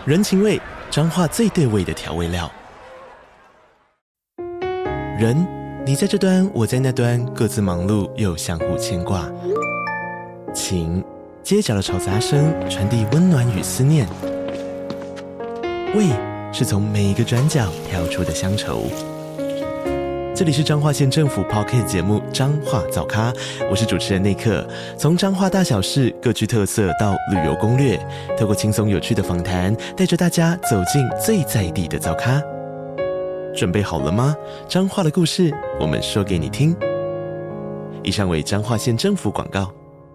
人情味，彰化最对味的调味料。人，你在这端，我在那端，各自忙碌又相互牵挂。情，街角的吵杂声传递温暖与思念。味，是从每一个转角跳出的乡愁。这里是彰化县政府 Podcast 节目《彰化早咖》，我是主持人内克。从彰化大小事各具特色到旅游攻略，透过轻松有趣的访谈，带着大家走进最在地的早咖。准备好了吗？彰化的故事，我们说给你听。以上为彰化县政府广告。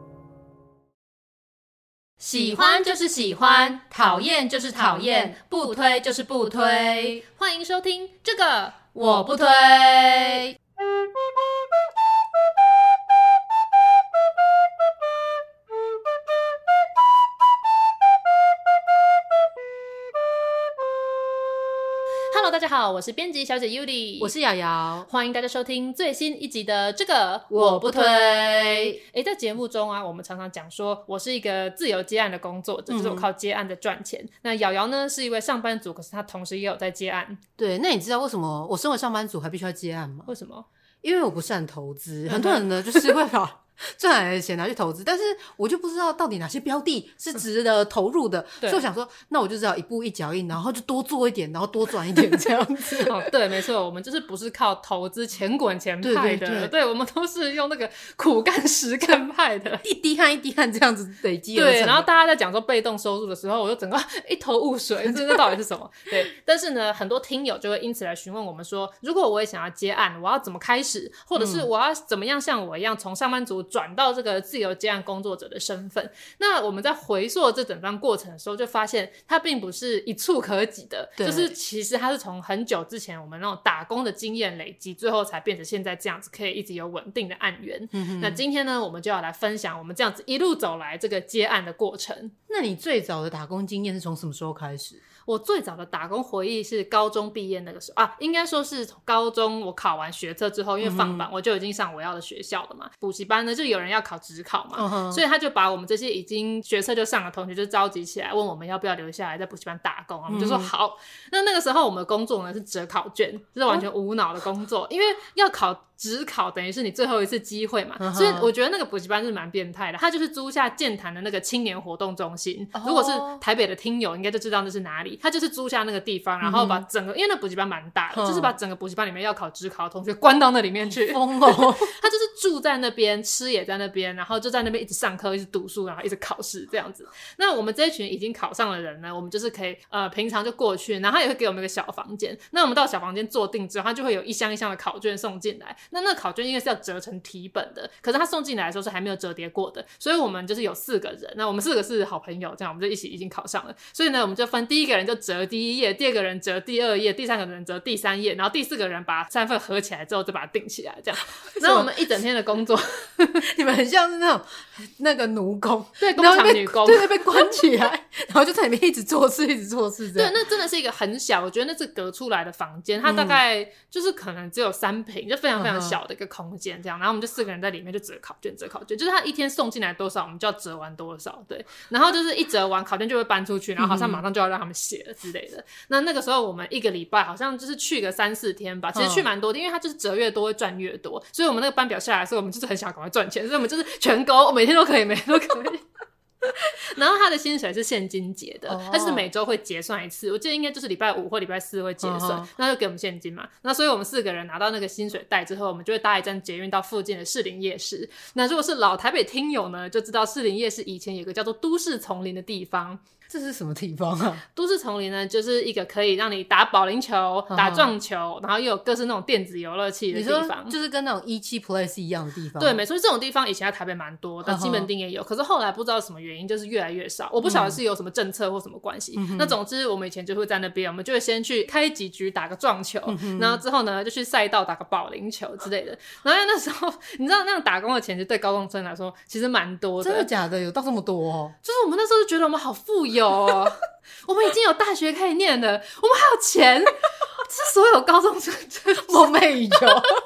喜欢就是喜欢，讨厌就是讨厌，不推就是不推。欢迎收听这个我不推。Hello， 大家好，我是编辑小姐 Yuli， 我是瑶瑶， 欢迎大家收听最新一集的这个我不推。在节目中啊，我们常常讲说我是一个自由接案的工作者，就是我靠接案的赚钱。那瑶瑶呢是一位上班族，可是她同时也有在接案。 对，那你知道为什么我身为上班族还必须要接案吗？ 为什么？ 因为我不善投资，很多人呢就是会把赚来的钱拿去投资，但是我就不知道到底哪些标的是值得投入的，所以我想说那我就只好一步一脚印，然后就多做一点，然后多赚一点这样子。 对，没错，我们就是不是靠投资钱滚钱派的，对，我们都是用那个苦干实干派的， 一滴汗一滴汗这样子累积而成的。 对，然后大家在讲说被动收入的时候，我就整个一头雾水，这到底是什么？对，但是呢，很多听友就会因此来询问我们说，如果我也想要接案，我要怎么开始，或者是我要怎么样像我一样从上班族转到这个自由接案工作者的身份。那我们在回溯这整段过程的时候，就发现它并不是一触可及的，就是其实它是从很久之前我们那种打工的经验累积，最后才变成现在这样子可以一直有稳定的案源。那今天呢，我们就要来分享我们这样子一路走来这个接案的过程。 那你最早的打工经验是从什么时候开始？ 我最早的打工回忆是高中毕业那个时候啊，应该说是高中我考完学测之后，因为放榜我就已经上我要的学校了嘛。补习班呢就有人要考指考嘛，所以他就把我们这些已经学测就上的同学就召集起来，问我们要不要留下来在补习班打工。我们就说好。那个时候我们的工作呢是折考卷，就是完全无脑的工作，因为要考指考等于是你最后一次机会嘛，所以我觉得那个补习班是蛮变态的。他就是租下健谈的那个青年活动中心，如果是台北的听友应该就知道那是哪里。他就是租下那个地方，然后把整个因为那补习班蛮大的，就是把整个补习班里面要考指考的同学关到那里面去。 疯哦！ 他就是住在那边，吃也在那边，然后就在那边一直上课，一直读书，然后一直考试这样子。那我们这一群已经考上的人呢，我们就是可以平常就过去，然后他也会给我们一个小房间。那我们到小房间坐定之后，他就会有一箱一箱的考卷送进来。那考卷因为是要折成题本的，可是他送进来的时候是还没有折叠过的，所以我们就是有4个人，那我们4个是好朋友，这样我们就一起已经考上了。所以呢，我们就分第一个人就折第一页，第二个人折第2页，第3个人折第3页，然后第4个人把3份合起来之后就把它订起来，这样。然后我们一整天的工作， 你们很像是那个奴工， 对，工厂女工， 对，被关起来，然后就在里面一直做事，一直做事这样。 对，那真的是一个很小，我觉得那是隔出来的房间，它大概就是可能只有3坪，就非常非常小的一个空间这样。然后我们就4个人在里面就折考卷，就是他一天送进来多少，我们就要折完多少。对，然后就是一折完考卷就会搬出去，然后好像马上就要让他们写了之类的。那个时候我们1个礼拜好像就是去个3-4天吧，其实去蛮多的，因为他就是折越多会赚越多，所以我们那个班表下来的时候，我们就是很想赶快赚钱，所以我们就是全勾，每天都可以，每天都可以。然后他的薪水是现金结的，他就是每周会结算一次，我记得应该就是礼拜5或礼拜4会结算，那就给我们现金嘛。那所以我们4个人拿到那个薪水袋之后，我们就会搭一站捷运到附近的士林夜市。那如果是老台北听友呢，就知道士林夜市以前有个叫做都市丛林的地方。 这是什么地方啊？ 都市丛林呢，就是一个可以让你打保龄球、打撞球，然后又有各式那种电子游乐器的地方。 就是跟那种17 Play 一样的地方。 对，没错，这种地方以前在台北蛮多的，西门町也有，可是后来不知道什么原因，就是越来越少。我不晓得是有什么政策或什么关系。那总之我们以前就会在那边，我们就会先去开几局打个撞球，然后之后呢就去赛道打个保龄球之类的。然后那时候你知道那种打工的钱，其实对高中生来说其实蛮多的。 真的假的？有到这么多哦？ 就是我们那时候就觉得我们好富有哦。我们已经有大学可以念了，我们还有钱，这是所有高中生梦寐以求。 对，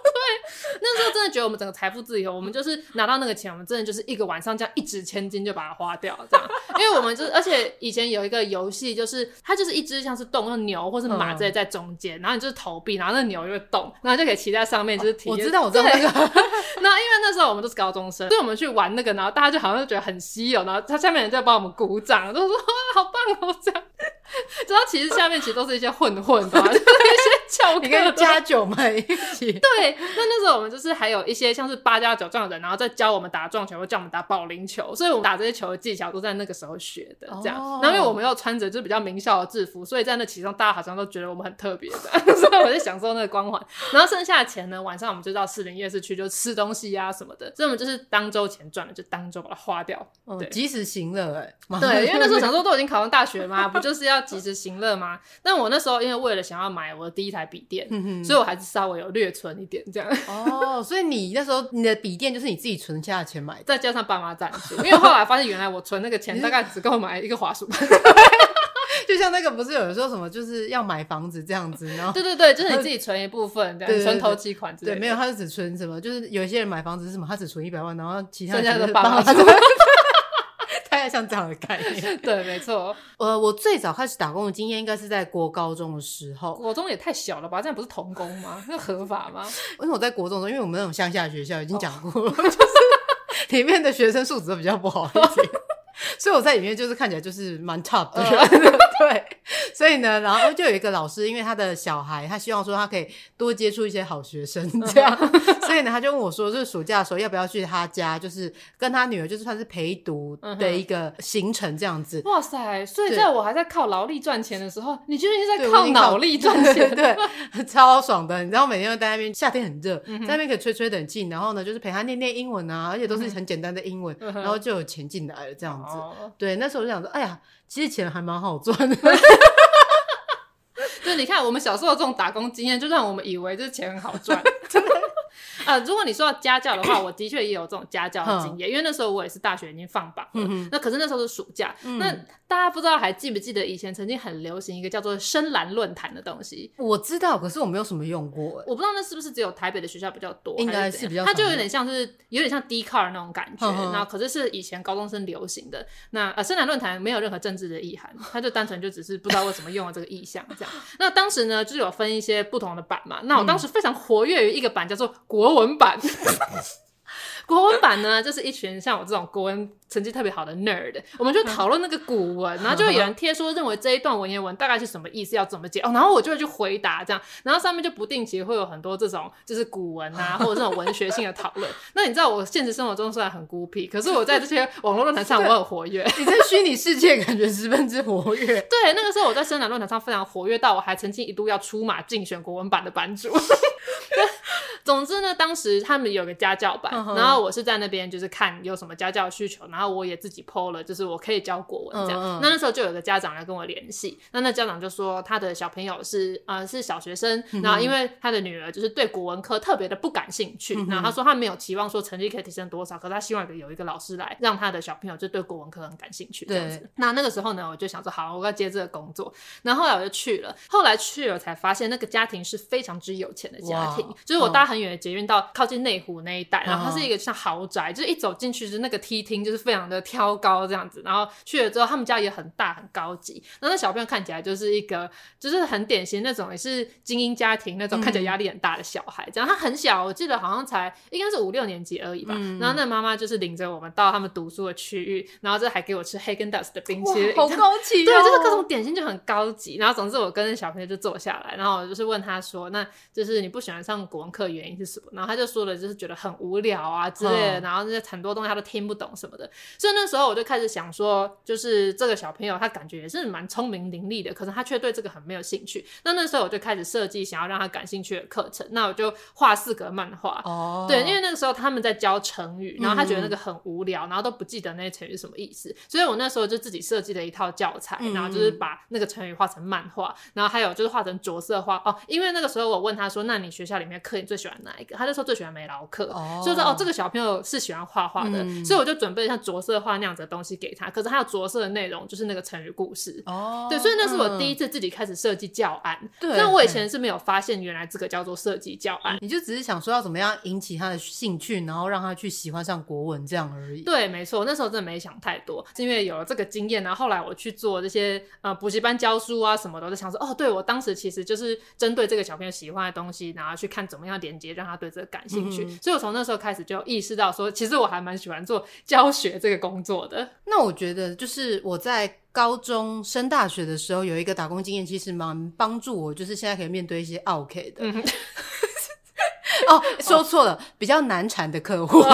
那时候真的觉得我们整个财富自由，我们就是拿到那个钱，我们真的就是一个晚上这样一掷千金就把它花掉这样。因为我们就是而且以前有一个游戏，就是它就是一只像是动用牛或是马之类在中间，然后你就是投币，然后那牛就会动，然后就可以骑在上面就是体验。 我知道那个。 然后因为那时候我们都是高中生，所以我们去玩那个，然后大家就好像就觉得很稀有，然后他下面人就在帮我们鼓掌，就说哇好棒哦这样。知道其实下面其实都是一些混混的，就是一些翘课， 你跟加酒们一起。 对，那时候我们就是还有一些像是8+9这样的人，然后再教我们打撞球或教我们打保龄球，所以我们打这些球的技巧都在那个时候学的这样。然后因为我们又穿着就是比较名校的制服，所以在那其中大家好像都觉得我们很特别的，所以我就享受那个光环。然后剩下的钱呢，晚上我们就到士林夜市去就吃东西啊什么的，所以我们就是当周钱赚了就当周把它花掉。对， 及时行乐对，因为那时候想说都已经考上大学嘛，不就是要及时行乐吗？但我那时候因为为了想要买我的第一台笔电，所以我还是稍微有略存一点这样。 哦，所以你那时候你的笔电就是你自己存下的钱买的， 再加上爸妈赞助，因为后来发现原来我存那个钱大概只够买一个滑鼠板。 就像那个不是有人说什么就是要买房子这样子，然后对对对，就是你自己存一部分这样，存头期款之类的。 对，没有，他是只存什么，就是有一些人买房子是什么，他只存100万，然后其他剩下的爸妈出。 大概像这样的概念。 对，没错。 我最早开始打工的经验应该是在国高中的时候。 国中也太小了吧？这样不是童工吗？那合法吗？ 因为我在国中的时候，因为我们那种乡下学校已经讲过了，就是里面的学生素质都比较不好一点。所以我在里面就是看起来就是蛮 top 的人。对，所以呢，然后就有一个老师，因为他的小孩他希望说他可以多接触一些好学生这样，所以呢他就问我说就是暑假的时候要不要去他家，就是跟他女儿就是算是陪读的一个行程这样子。 哇塞，所以在我还在靠劳力赚钱的时候，你就是在靠脑力赚钱。 对，超爽的。你知道每天都在那边，夏天很热，在那边可以吹吹冷气，然后呢就是陪他念念英文啊，而且都是很简单的英文，然后就有钱进来了这样子。对，那时候我就想说哎呀其实钱还蛮好赚的。 就是你看我们小时候这种打工经验就让我们以为就是钱很好赚。如果你说到家教的话，我的确也有这种家教的经验，因为那时候我也是大学已经放榜了，那可是那时候是暑假，那大家不知道还记不记得以前曾经很流行一个叫做深蓝论坛的东西？ 我知道，可是我没有什么用过。 我不知道那是不是只有台北的学校比较多， 应该是比较多。 它就有点像 Dcard 那种感觉，然后可是是以前高中生流行的。那深蓝论坛没有任何政治的意涵，它就单纯就只是不知道为什么用了这个意象这样。那当时呢就是有分一些不同的版嘛，那我当时非常活跃于一个版叫做国文版。国文版呢就是一群像我这种国文成绩特别好的 nerd， 我们就讨论那个古文，然后就会有人贴说认为这一段文言文大概是什么意思，要怎么解，然后我就会去回答这样，然后上面就不定期会有很多这种就是古文啊或者这种文学性的讨论。那你知道我现实生活中虽然很孤僻，可是我在这些网络论坛上我很活跃。 你在虚拟世界感觉十分之活跃。 对，那个时候我在深蓝论坛上非常活跃到我还曾经一度要出马竞选国文版的版主。总之呢当时他们有个家教版，然后我是在那边就是看有什么家教需求，然后我也自己 po 了就是我可以教国文这样。那时候就有个家长来跟我联系，那家长就说他的小朋友是小学生，然后因为他的女儿就是对国文科特别的不感兴趣，然后他说他没有期望说成绩可以提升多少，可是他希望有一个老师来让他的小朋友就对国文科很感兴趣这样子。那个时候呢我就想说好我要接这个工作，然后后来我就去了，后来去了才发现那个家庭是非常之有钱的家庭，就是我搭很远的捷运到靠近内湖那一带，然后它是一个像豪宅，就是一走进去就是那个梯厅就是非常的挑高这样子，然后去了之后他们家也很大很高级，然后那小朋友看起来就是一个就是很典型那种也是精英家庭那种看起来压力很大的小孩这样。他很小，我记得好像才应该是5-6年级而已吧，然后那妈妈就是领着我们到他们读书的区域，然后这还给我吃黑根达斯的冰淇淋， 好高级哦。 对，就是各种点心就很高级。然后总之我跟小朋友就坐下来，然后我就是问他说那就是你不喜欢上国文课的原因是什么，然后他就说了就是觉得很无聊啊之类的，然后那些很多东西他都听不懂什么的。所以那时候我就开始想说就是这个小朋友他感觉也是蛮聪明伶俐的，可是他却对这个很没有兴趣。那时候我就开始设计想要让他感兴趣的课程，那我就画4格漫画。对，因为那个时候他们在教成语，然后他觉得那个很无聊，然后都不记得那些成语是什么意思，所以我那时候就自己设计了一套教材，然后就是把那个成语画成漫画，然后还有就是画成着色画。因为那个时候我问他说那你学校里面课你最喜欢哪一个？他就说最喜欢梅劳克，所以说这个小朋友是喜欢画画的，所以我就准备像着色画那样子的东西给他，可是他要着色的内容就是那个成语故事对，所以那是我第一次自己开始设计教案，那我以前是没有发现原来这个叫做设计教案， 你就只是想说要怎么样引起他的兴趣，然后让他去喜欢上国文这样而已。 对，没错，那时候真的没想太多，是因为有了这个经验，然后后来我去做这些补习班教书啊什么的，我就想说对，我当时其实就是针对这个小朋友喜欢的东西，然后去看怎么样连接让他对这个感兴趣所以我从那时候开始就意识到说其实我还蛮喜欢做教学这个工作的。 那我觉得就是我在高中升大学的时候有一个打工经验，其实蛮帮助我就是现在可以面对一些 OK 的说错了，比较难缠的客户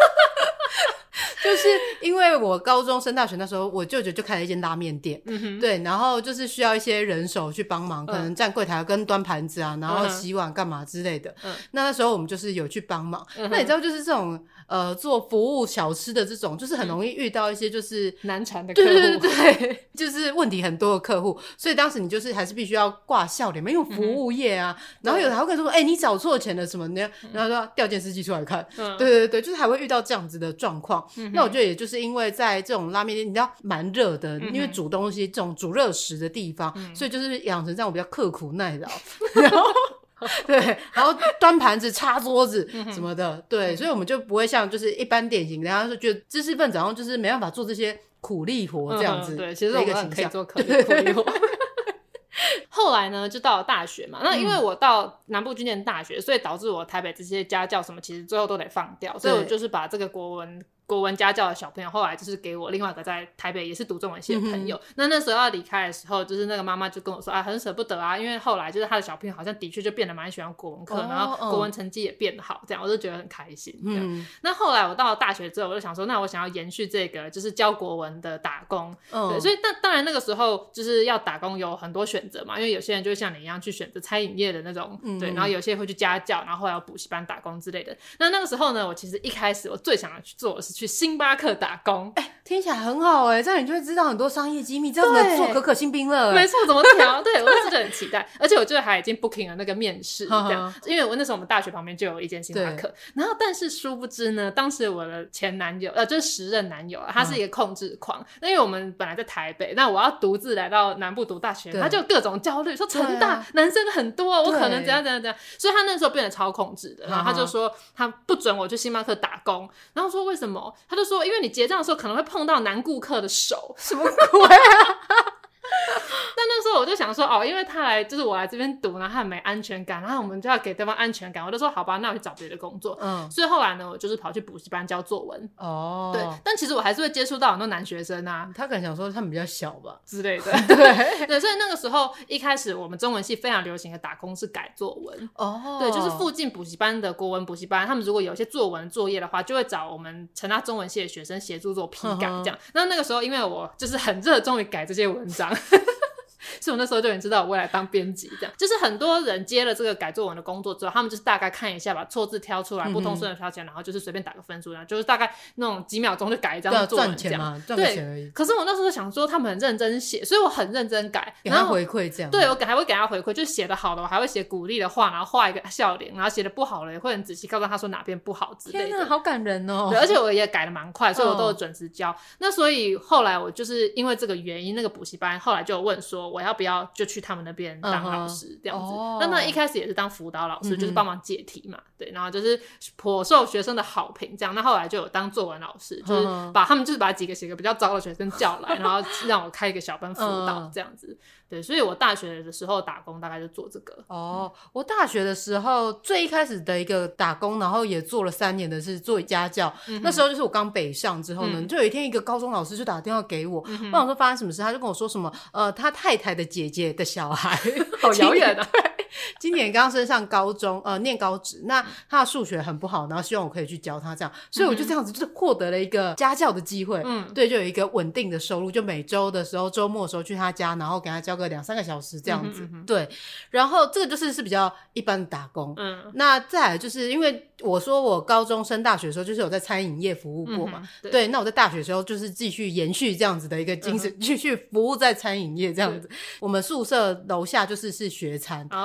就是因为我高中升大学那时候我舅舅就开了一间拉面店对，然后就是需要一些人手去帮忙可能站柜台跟端盘子啊然后洗碗干嘛之类的那时候我们就是有去帮忙那你知道就是这种做服务小吃的这种就是很容易遇到一些就是难缠的客户对就是问题很多的客户所以当时你就是还是必须要挂笑脸嘛因为服务业啊然后有的还会跟你说你找错钱了什么的然后说调监视器出来看对，就是还会遇到这样子的状况那我觉得也就是因为在这种拉面店你知道蛮热的因为煮东西这种煮热食的地方所以就是养成这样比较刻苦耐劳然后对，然后端盘子擦桌子什么的对，所以我们就不会像就是一般典型人家就觉得知识分子然后就是没办法做这些苦力活这样子对，其实我们很可以做苦力活后来呢就到了大学嘛那因为我到南部去念大学所以导致我台北这些家教什么其实最后都得放掉所以我就是把这个国文家教的小朋友后来就是给我另外一个在台北也是读中文系的朋友那时候要离开的时候就是那个妈妈就跟我说很舍不得啊因为后来就是他的小朋友好像的确就变得蛮喜欢国文课然后国文成绩也变好这样我就觉得很开心那后来我到了大学之后我就想说那我想要延续这个就是教国文的打工对所以当然那个时候就是要打工有很多选择嘛因为有些人就像你一样去选择餐饮业的那种对然后有些会去家教然后后来有补习班打工之类的那个时候呢我其实一开始我最想要去做的是去星巴克打工听起来很好这样你就会知道很多商业机密这样子做可可星冰乐没错怎么调对我那时候就很期待而且我就还已经 booking 了那个面试这样因为那时候我们大学旁边就有一间星巴克然后但是殊不知呢当时我的前男友就是时任男友他是一个控制狂那因为我们本来在台北那我要独自来到南部读大学他就有各种焦虑说成大男生很多我可能怎样怎样怎样所以他那时候变得超控制的然后他就说他不准我去星巴克打工然后说为什么他就说因为你结账的时候可能会碰到男顾客的手什么鬼啊但那时候我就想说因为他来就是我来这边读然后他很没安全感然后我们就要给对方安全感我就说好吧那我去找别的工作所以后来呢我就是跑去补习班教作文对但其实我还是会接触到很多男学生啊他可能想说他们比较小吧之类的对所以那个时候一开始我们中文系非常流行的打工是改作文对就是附近补习班的国文补习班他们如果有一些作文作业的话就会找我们成大中文系的学生协助做批改这样那个时候因为我就是很热衷于改这些文章所以我那时候就已经知道我未来当编辑这样就是很多人接了这个改作文的工作之后他们就是大概看一下把错字挑出来不通顺的挑起来然后就是随便打个分数然后就是大概那种几秒钟就改一张作文这样赚钱而已可是我那时候想说他们很认真写所以我很认真改给他回馈这样对我还会给他回馈就是写的好的我还会写鼓励的话然后画一个笑脸然后写的不好的也会很仔细告诉他说哪边不好之类的天哪好感人对而且我也改的蛮快所以我都有准时教那所以后来我就是因为这个原因那个补习班后来就有问说我要不要就去他们那边当老师这样子那一开始也是当辅导老师就是帮忙解题嘛对然后就是颇受学生的好评这样那后来就有当作文老师就是把他们就是把几个写个比较糟的学生叫来然后让我开一个小班辅导这样子对所以我大学的时候打工大概就做这个我大学的时候最一开始的一个打工然后也做了3年的是做家教那时候就是我刚北上之后呢就有一天一个高中老师就打电话给我我想说发生什么事他就跟我说什么他太太的姐姐的小孩好遥远啊今年刚升上高中念高职那他的数学很不好然后希望我可以去教他这样所以我就这样子就是获得了一个家教的机会对就有一个稳定的收入就每周的时候周末的时候去他家然后给他教个2-3个小时这样子对然后这个就是比较一般的打工那再来就是因为我说我高中升大学的时候就是有在餐饮业服务过嘛对那我在大学的时候就是继续延续这样子的一个精神继续服务在餐饮业这样子我们宿舍楼下就是学餐然后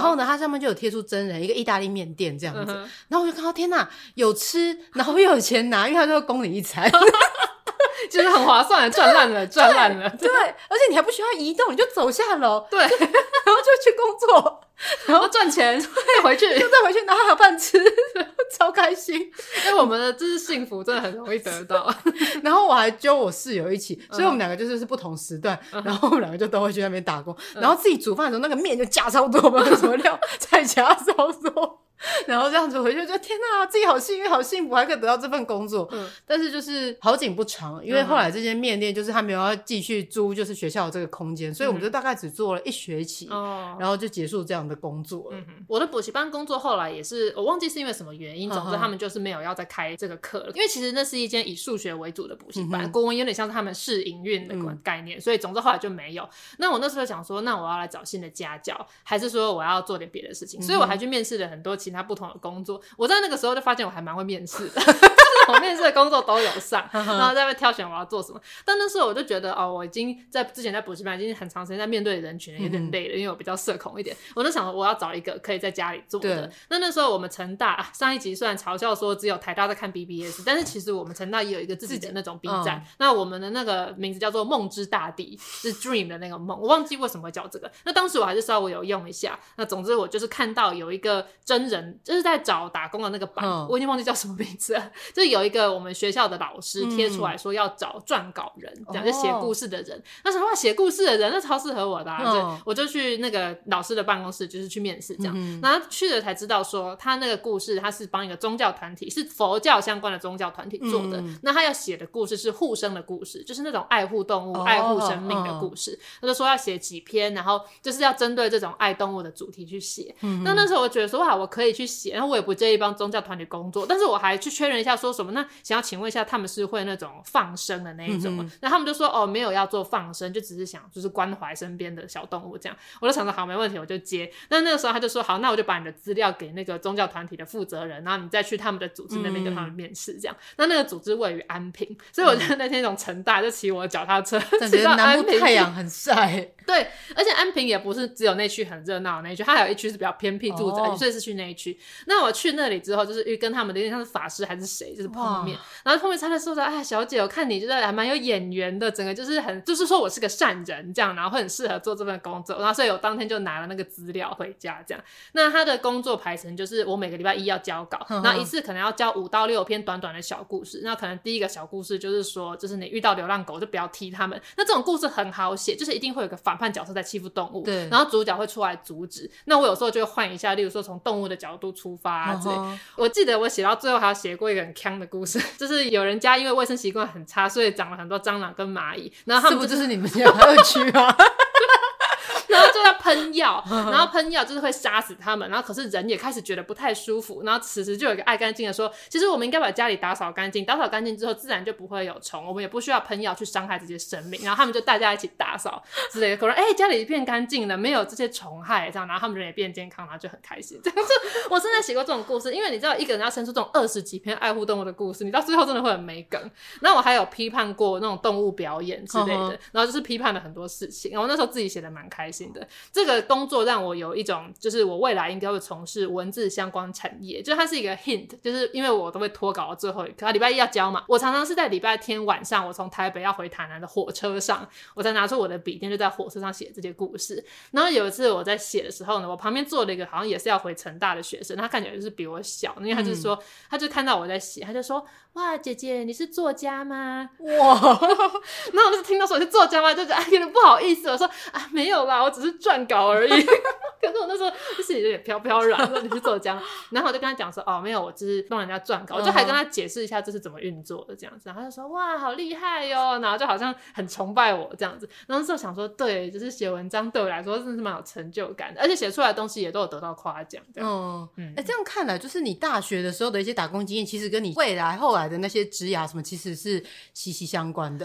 后呢它上面就有贴出真人一个意大利面店这样子，然后我就看到天哪有吃然后又有钱拿，因为它就会供你一餐就是很划算的，赚烂了赚烂了。 对，而且你还不需要移动，你就走下楼， 对， 然后就去工作， 然后赚钱再回去， 就再回去，然后还有饭吃，超开心。 因为我们的就是幸福真的很容易得到。 然后我还揪我室友一起，所以我们两个就是不同时段，然后我们两个就都会去那边打工，然后自己煮饭的时候那个面就加超多，不知道什么料再加超多，然后这样子回去就天哪，自己好幸运好幸福，还可以得到这份工作。但是就是好景不长，因为后来这间面店就是他没有要继续租就是学校的这个空间，所以我们就大概只做了1学期，然后就结束这样的工作了。 我的补习班工作后来也是我忘记是因为什么原因，总之他们就是没有要再开这个课了，因为其实那是一间以数学为主的补习班，国文有点像是他们试营运的概念，所以总之后来就没有。那我那时候想说，那我要来找新的家教，还是说我要做点别的事情，所以我还去面试了很多其他不同的工作。我在那个时候就发现我还蛮会面试的我面试的工作都有上，然后在那边挑选我要做什么。但那时候我就觉得我已经之前在补习班已经很长时间在面对人群有点累了，因为我比较社恐一点，我就想说我要找一个可以在家里做的。那时候我们成大上一集虽然嘲笑说只有台大在看 BBS， 但是其实我们成大也有一个自己的那种 B 站，那我们的那个名字叫做梦之大地，是 Dream 的那个梦，我忘记为什么会叫这个。那当时我还是稍微有用一下。那总之我就是看到有一个真人就是在找打工的那个版，我已经忘记叫什么名字了，就是有一个我们学校的老师贴出来说要找撰稿人，这样就写故事的人。那想哇，写故事的人那超适合我的所以我就去那个老师的办公室，就是去面试这样。然后去了才知道说他那个故事他是帮一个宗教团体，是佛教相关的宗教团体做的。那他要写的故事是护生的故事，就是那种爱护动物、爱护生命的故事。他就说要写几篇，然后就是要针对这种爱动物的主题去写。那时候我觉得说哇，我可以去写，然后我也不介意帮宗教团体工作，但是我还去确认一下说什么，那想要请问一下他们是会那种放生的那一种吗？那他们就说没有要做放生，就只是想就是关怀身边的小动物这样。我就想说好，没问题，我就接。那个时候他就说好，那我就把你的资料给那个宗教团体的负责人，然后你再去他们的组织那边跟他们面试这样。那个组织位于安平，所以我觉得那天从成大就骑我的脚踏车骑到安平， 南部太阳很晒。 对，而且安平也不是只有那区很热闹的那一区，它还有一区是比较偏僻住宅所以是去那一区。那我去那里之后，就是跟他们的有点像是法师还是谁，就是碰面，然后碰面他就说哎，小姐，我看你就是还蛮有眼缘的，整个就是就是说我是个善人这样，然后会很适合做这份工作。然后所以我当天就拿了那个资料回家这样。那他的工作排程就是我每个礼拜一要交稿，然后一次可能要交5到6篇短短的小故事。那可能第一个小故事就是说，就是你遇到流浪狗就不要踢他们。那这种故事很好写，就是一定会有个反叛角色在欺负动物，对，然后主角会出来阻止。那我有时候就会换一下，例如说从动物的角度出发之类。我记得我写到最后还有写过一个很鏘的故事，就是有人家因为卫生习惯很差，所以长了很多蟑螂跟蚂蚁，然后他们是不是就是你们家2区啊然后就要喷药，然后喷药就是会杀死他们，然后可是人也开始觉得不太舒服，然后此时就有一个爱干净的说，其实我们应该把家里打扫干净，打扫干净之后自然就不会有虫，我们也不需要喷药去伤害这些生命。然后他们就大家一起打扫之类的，可能家里变干净了，没有这些虫害这样，然后他们人也变健康，然后就很开心这样子。我真的写过这种故事，因为你知道一个人要生出这种20几篇爱护动物的故事，你到最后真的会很没梗。然后我还有批判过那种动物表演之类的，然后就是批判了很多事情，然后我那时候自己写的蛮开心的。这个工作让我有一种就是我未来应该会从事文字相关产业，就它是一个 hint， 就是因为我都会拖稿到最后一刻，礼拜一要交嘛，我常常是在礼拜天晚上，我从台北要回台南的火车上，我才拿出我的笔电，就在火车上写这些故事。然后有一次我在写的时候呢，我旁边坐了一个好像也是要回成大的学生，他看起来就是比我小，因为他就说他就看到我在写，他就说哇姐姐你是作家吗？哇然后我就听到说你是作家吗，就觉得有点不好意思，我说没有啦，我只是撰稿而已可是我那时候就是有点飘飘然说你是作家然后我就跟他讲说没有，我只是帮人家撰稿，我就还跟他解释一下这是怎么运作的这样子，然后他就说哇好厉害哟，然后就好像很崇拜我这样子。然后那时候想说对，就是写文章对我来说真的是蛮有成就感的，而且写出来的东西也都有得到夸奖这样。 这样看来就是你大学的时候的一些打工经验其实跟你未来后来的那些职涯什么其实是息息相关的。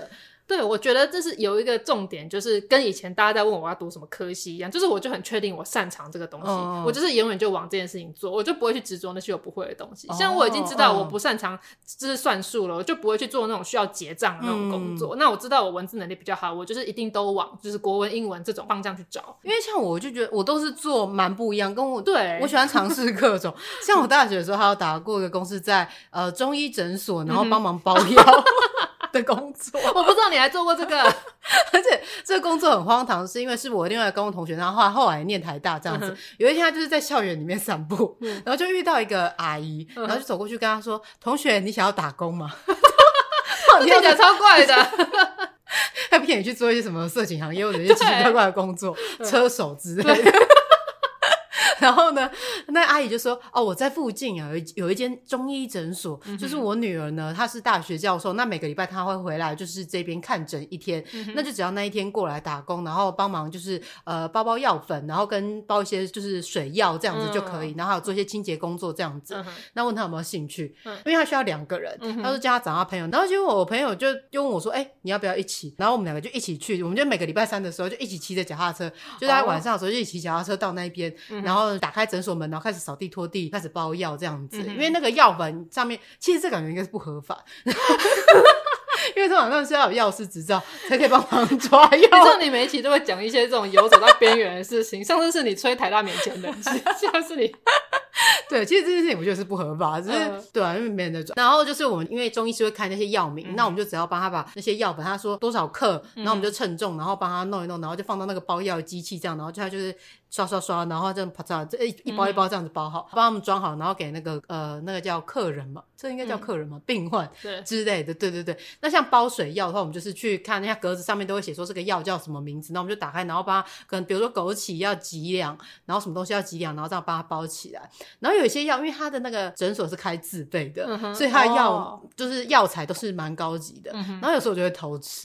对，我觉得这是有一个重点，就是跟以前大家在问我要读什么科系一样，就是我就很确定我擅长这个东西，我就是永远就往这件事情做，我就不会去执着那些我不会的东西。像我已经知道我不擅长就是算术了，我就不会去做那种需要结账的那种工作。那我知道我文字能力比较好，我就是一定都往就是国文、英文这种方向去找。 因为像我就觉得我都是做蛮不一样，跟我对我喜欢尝试各种。像我大学的时候，还有打过一个工是在中医诊所，然后帮忙包药。的工作我不知道你还做过这个而且这个工作很荒唐，是因为是我另外一个高中同学，然后后来念台大这样子，有一天他就是在校园里面散步，然后就遇到一个阿姨，然后就走过去跟他说，同学你想要打工吗？ 听起来超怪的他骗你去做一些什么色情行业或者一些奇奇怪怪的工作，车手之类的然后呢，那阿姨就说：“哦，我在附近啊，有一间中医诊所，就是我女儿呢，她是大学教授，那每个礼拜她会回来，就是这边看诊一天，那就只要那一天过来打工，然后帮忙就是包药粉，然后跟包一些就是水药这样子就可以，然后还有做一些清洁工作这样子。那问她有没有兴趣，因为她需要2个人，她说叫她找她朋友，然后结果我朋友就问我说：你要不要一起？然后我们2个就一起去，我们就每个礼拜3的时候就一起骑着脚踏车，就在晚上的时候就一起骑脚踏车到那边，然后打开诊所门，然后开始扫地拖地，开始包药这样子，因为那个药粉上面其实这感觉应该是不合法因为通常那是要有药师执照才可以帮忙抓药。你知道你每一期都会讲一些这种游走到边缘的事情，上次是你吹台大免钱的，现在是你对，其实这件事情我觉得是不合法，只是对啊，因为没人在抓。然后就是我们因为中医师会开那些药名，那我们就只要帮他把那些药粉，他说多少克，然后我们就称重，然后帮他弄一弄，然后就放到那个包药机器这样，然后他就是刷刷刷，然后这样啪嚓，这一包一包这样子包好，帮他们装好，然后给那个那个叫客人嘛，这应该叫客人嘛，病患之类的，对对对。那像包水药的话，我们就是去看那下格子上面都会写说这个药叫什么名字，那我们就打开，然后帮他可能比如说枸杞要几两，然后什么东西要几两，然后这样帮他包起来。然后有一些药，因为他的那个诊所是开自费的，所以他的药就是药材都是蛮高级的，然后有时候我就会偷吃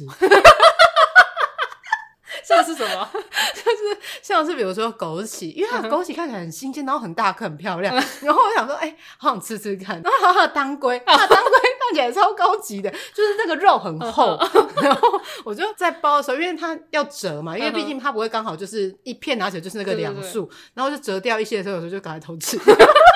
像是什么？ 就是像是比如说枸杞，因为它的枸杞看起来很新鲜，然后很大颗很漂亮，然后我想说好想吃吃看。然后还有它的当归，它的当归看起来超高级的，就是那个肉很厚然后我就在包的时候，因为它要折嘛，因为毕竟它不会刚好就是一片拿起来就是那个2束，然后就折掉一些的时候，有时候就赶快偷吃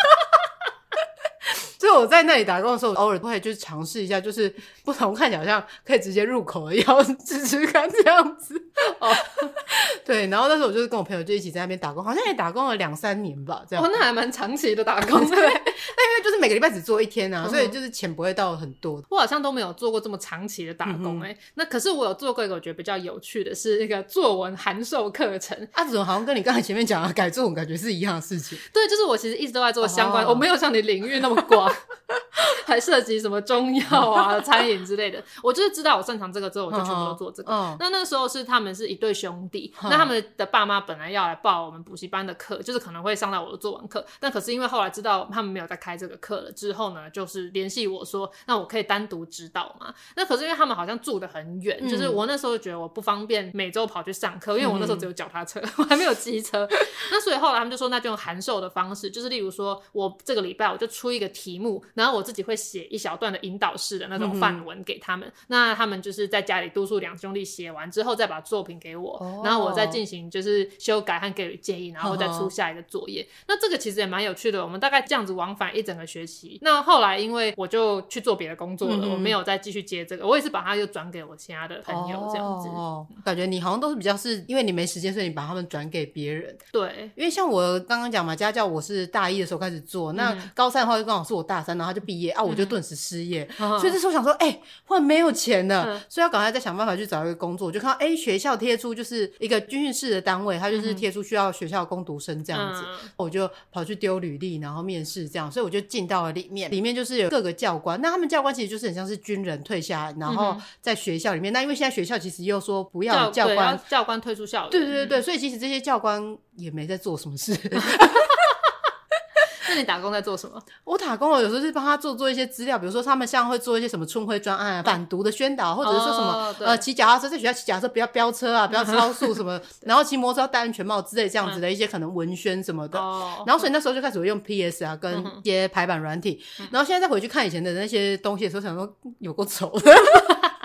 所以我在那里打工的时候，偶尔会就是尝试一下，就是不同看起来好像可以直接入口的药吃吃看这样子对，然后那时候我就是跟我朋友就一起在那边打工，好像也打工了2-3年吧这样。 那还蛮长期的打工对，但因为就是每个礼拜只做1天啊，所以就是钱不会到很多。 我好像都没有做过这么长期的打工那可是我有做过一个我觉得比较有趣的是那个作文函授课程怎么好像跟你刚才前面讲的改作文感觉是一样的事情。 对，就是我其实一直都在做相关我没有像你领域那么广还涉及什么中药啊餐饮之类的，我就是知道我擅长这个之后我就全部都做这个那时候是他们是一对兄弟，那他们的爸妈本来要来报我们补习班的课，就是可能会上到我的作文课，但可是因为后来知道他们没有在开这个课了之后呢，就是联系我说那我可以单独指导嘛。那可是因为他们好像住得很远就是我那时候觉得我不方便每周跑去上课，因为我那时候只有脚踏车我还没有机车那所以后来他们就说那就用函授的方式，就是例如说我这个礼拜我就出一个题目，然后我自己会写一小段的引导式的那种范文给他们那他们就是在家里督促2兄弟写完之后再把作品给我然后我再进行就是修改和给予建议，然后再出下一个作业那这个其实也蛮有趣的，我们大概这样子往返一整个学期。那后来因为我就去做别的工作了我没有再继续接这个，我也是把它又转给我其他的朋友这样子感觉你好像都是比较是因为你没时间所以你把他们转给别人。 对， 因为像我刚刚讲嘛，家教我是大1的时候开始做那高3的话就刚好是我大3然后他就毕业我就顿时失业所以这时候想说忽然没有钱了所以要赶快再想办法去找一个工作。我就看到学校贴出就是一个军训室的单位，他就是贴出需要学校工读生这样子我就跑去丢履历然后面试这样，所以我就进到了里面就是有各个教官，那他们教官其实就是很像是军人退下来然后在学校里面那因为现在学校其实又说不要教官要教官退出校园对对对对所以其实这些教官也没在做什么事那你打工在做什么？ 我打工有时候是帮他做一些资料，比如说他们像会做一些什么春晖专案反毒的宣导，或者是说什么骑脚踏车在学校骑脚踏车不要飙车啊不要超速什么然后骑摩托车要戴安全帽之类这样子的一些可能文宣什么的然后所以那时候就开始会用 PS 啊跟一些排版软体然后现在再回去看以前的那些东西的时候想说有够丑的我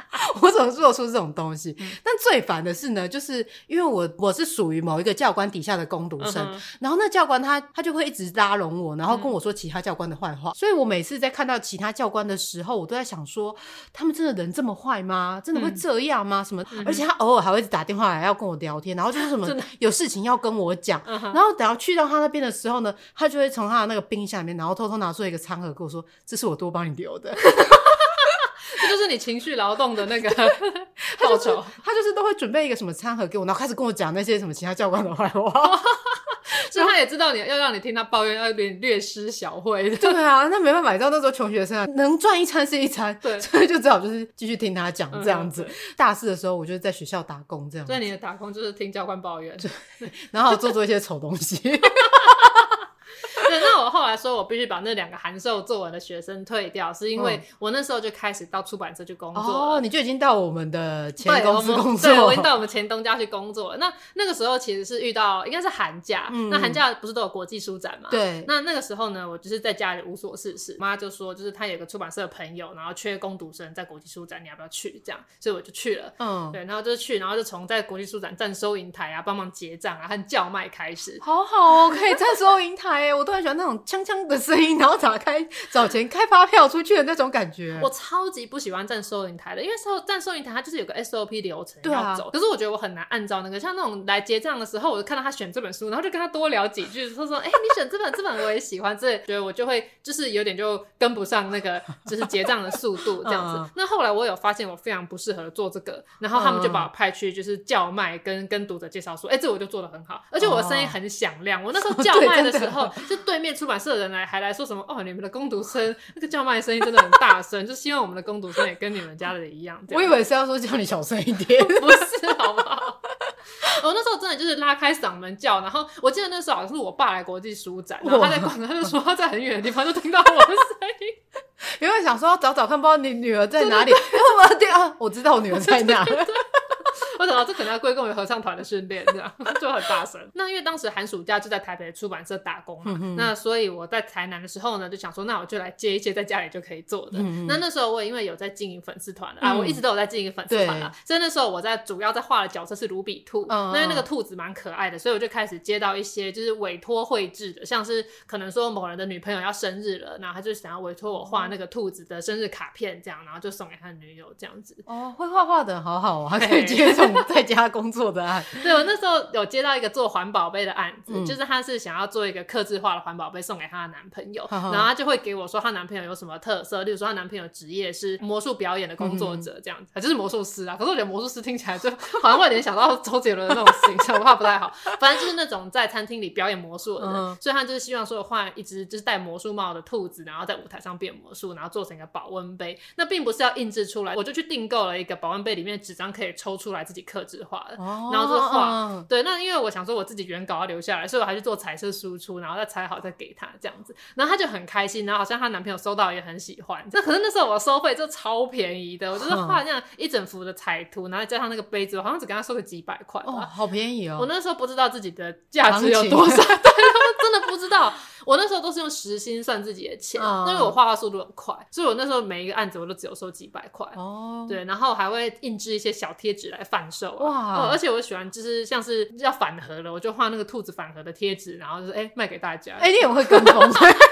我怎么做出这种东西？但最烦的是呢，就是因为我是属于某一个教官底下的工读生，然后那教官他就会一直拉拢我，然后跟我说其他教官的坏话，所以我每次在看到其他教官的时候，我都在想说，他们真的人这么坏吗？真的会这样吗？什么？而且他偶尔还会打电话来要跟我聊天，然后就是什么有事情要跟我讲，然后等到去到他那边的时候呢，他就会从他的那个冰箱里面，然后偷偷拿出一个餐盒跟我说，这是我多帮你留的。 这就是你情绪劳动的那个报酬。 他就是都会准备一个什么餐盒给我，然后开始跟我讲那些什么其他教官的坏话。 所以他也知道要让你听他抱怨，要略施小惠的。 对啊，那没办法，你知道那时候穷学生啊，能赚一餐是一餐， 对， 所以就只好就是继续听他讲这样子。大四的时候，我就在学校打工这样子。 所以你的打工就是听教官抱怨， 然后做一些丑东西。 对，那我后来说我必须把那2个函授作文的学生退掉，是因为我那时候就开始到出版社去工作了。 你就已经到我们的前公司工作。 对，我已经到我们前东家去工作了。那个时候其实是遇到应该是寒假，那寒假不是都有国际书展嘛？ 对。 那个时候呢，我就是在家里无所事事，妈就说就是她有个出版社的朋友，然后缺工读生在国际书展，你要不要去？这样，所以我就去了。对，然后就去，然后就从在国际书展站收银台啊，帮忙结账啊，和叫卖开始。 好好哦，可以站收银台耶，我都很喜欢那种锵锵的声音，然后找钱开发票出去的那种感觉。 我超级不喜欢站收银台的，因为站收银台它就是有个 SOP 流程要走，可是我觉得我很难按照那个，像那种来结账的时候，我就看到他选这本书，然后就跟他多聊几句，说你选这本我也喜欢，这觉得我就会就是有点就跟不上那个就是结账的速度这样子。那后来我有发现我非常不适合做这个，然后他们就把我派去就是叫卖跟读者介绍说，这我就做得很好，而且我的声音很响亮。我那时候叫卖的时候，就对面出版社的人还来说什么你们的工读生那个叫卖声音真的很大声，就希望我们的工读生也跟你们家的一样。 我以为是要说叫你小声一点。 不是好不好？我那时候真的就是拉开嗓门叫，然后我记得那时候好像是我爸来国际书展，然后他在广告，他就说他在很远的地方就听到我的声音。 因为想说找看不知道你女儿在哪里，我知道我女儿在哪。 我想到这可能要归功于合唱团的训练，这样就很大声。那因为当时寒暑假就在台北的出版社打工嘛，那所以我在台南的时候呢，就想说那我就来接一些在家里就可以做的。那时候我也因为有在经营粉丝团我一直都有在经营粉丝团所以那时候我主要在画的角色是卢比兔，因为那个兔子蛮可爱的，所以我就开始接到一些就是委托绘制的，像是可能说某人的女朋友要生日了，然后他就想要委托我画那个兔子的生日卡片这样，然后就送给他的女友这样子。 会画画的好好还可以接这种在家工作的案。 对，我那时候有接到一个做环保杯的案子，就是他是想要做一个客制化的环保杯送给他的男朋友，然后他就会给我说他男朋友有什么特色，例如说他男朋友职业是魔术表演的工作者这样子，就是魔术师啊。可是我觉得魔术师听起来就好像会有点想到周杰伦的那种形象，我怕不太好。反正就是那种在餐厅里表演魔术的人，所以他就是希望说画一只就是戴魔术帽的兔子，然后在舞台上变魔术，然后做成一个保温杯。那并不是要印制出来，我就去订购了一个保温杯，里面纸张可以抽出来自己客制化的，然后就画。对，那因为我想说我自己原稿要留下来，所以我还去做彩色输出，然后再裁好再给他这样子。然后他就很开心，然后好像她男朋友收到也很喜欢。可是那时候我收费就超便宜的，我就是画那样一整幅的彩图，然后加上那个杯子，我好像只跟他收个几百块吧。 好便宜哦！ 我那时候不知道自己的价值有多少，对，真的不知道。我那时候都是用时薪算自己的钱，因为我画画速度很快，所以我那时候每一个案子我都只有收几百块。对，然后还会印制一些小贴纸来贩售而且我喜欢就是像是要反盒了，我就画那个兔子反盒的贴纸，然后就是卖给大家。 你也会跟风。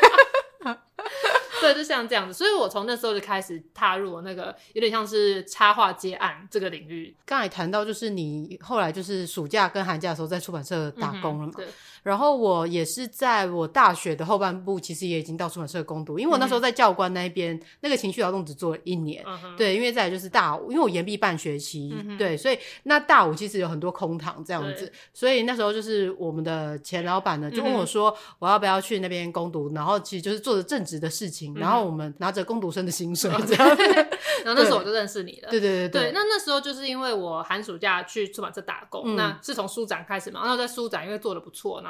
对，就像这样子，所以我从那时候就开始踏入了那个有点像是插画接案这个领域。 刚才谈到就是你后来就是暑假跟寒假的时候在出版社打工了嘛，对。然后我也是在我大学的后半部其实也已经到出版社攻读，因为我那时候在教官那边那个情绪劳动只做了1年，对，因为再来就是大五，因为我延毕半学期，对，所以那大五其实有很多空堂这样子，所以那时候就是我们的前老板呢就问我说我要不要去那边攻读，然后其实就是做着正职的事情，然后我们拿着工读生的薪水这样子。 然后那时候我就认识你了。 对， 那时候就是因为我寒暑假去出版社打工，那是从书展开始嘛，然后在书展因为做得不错，然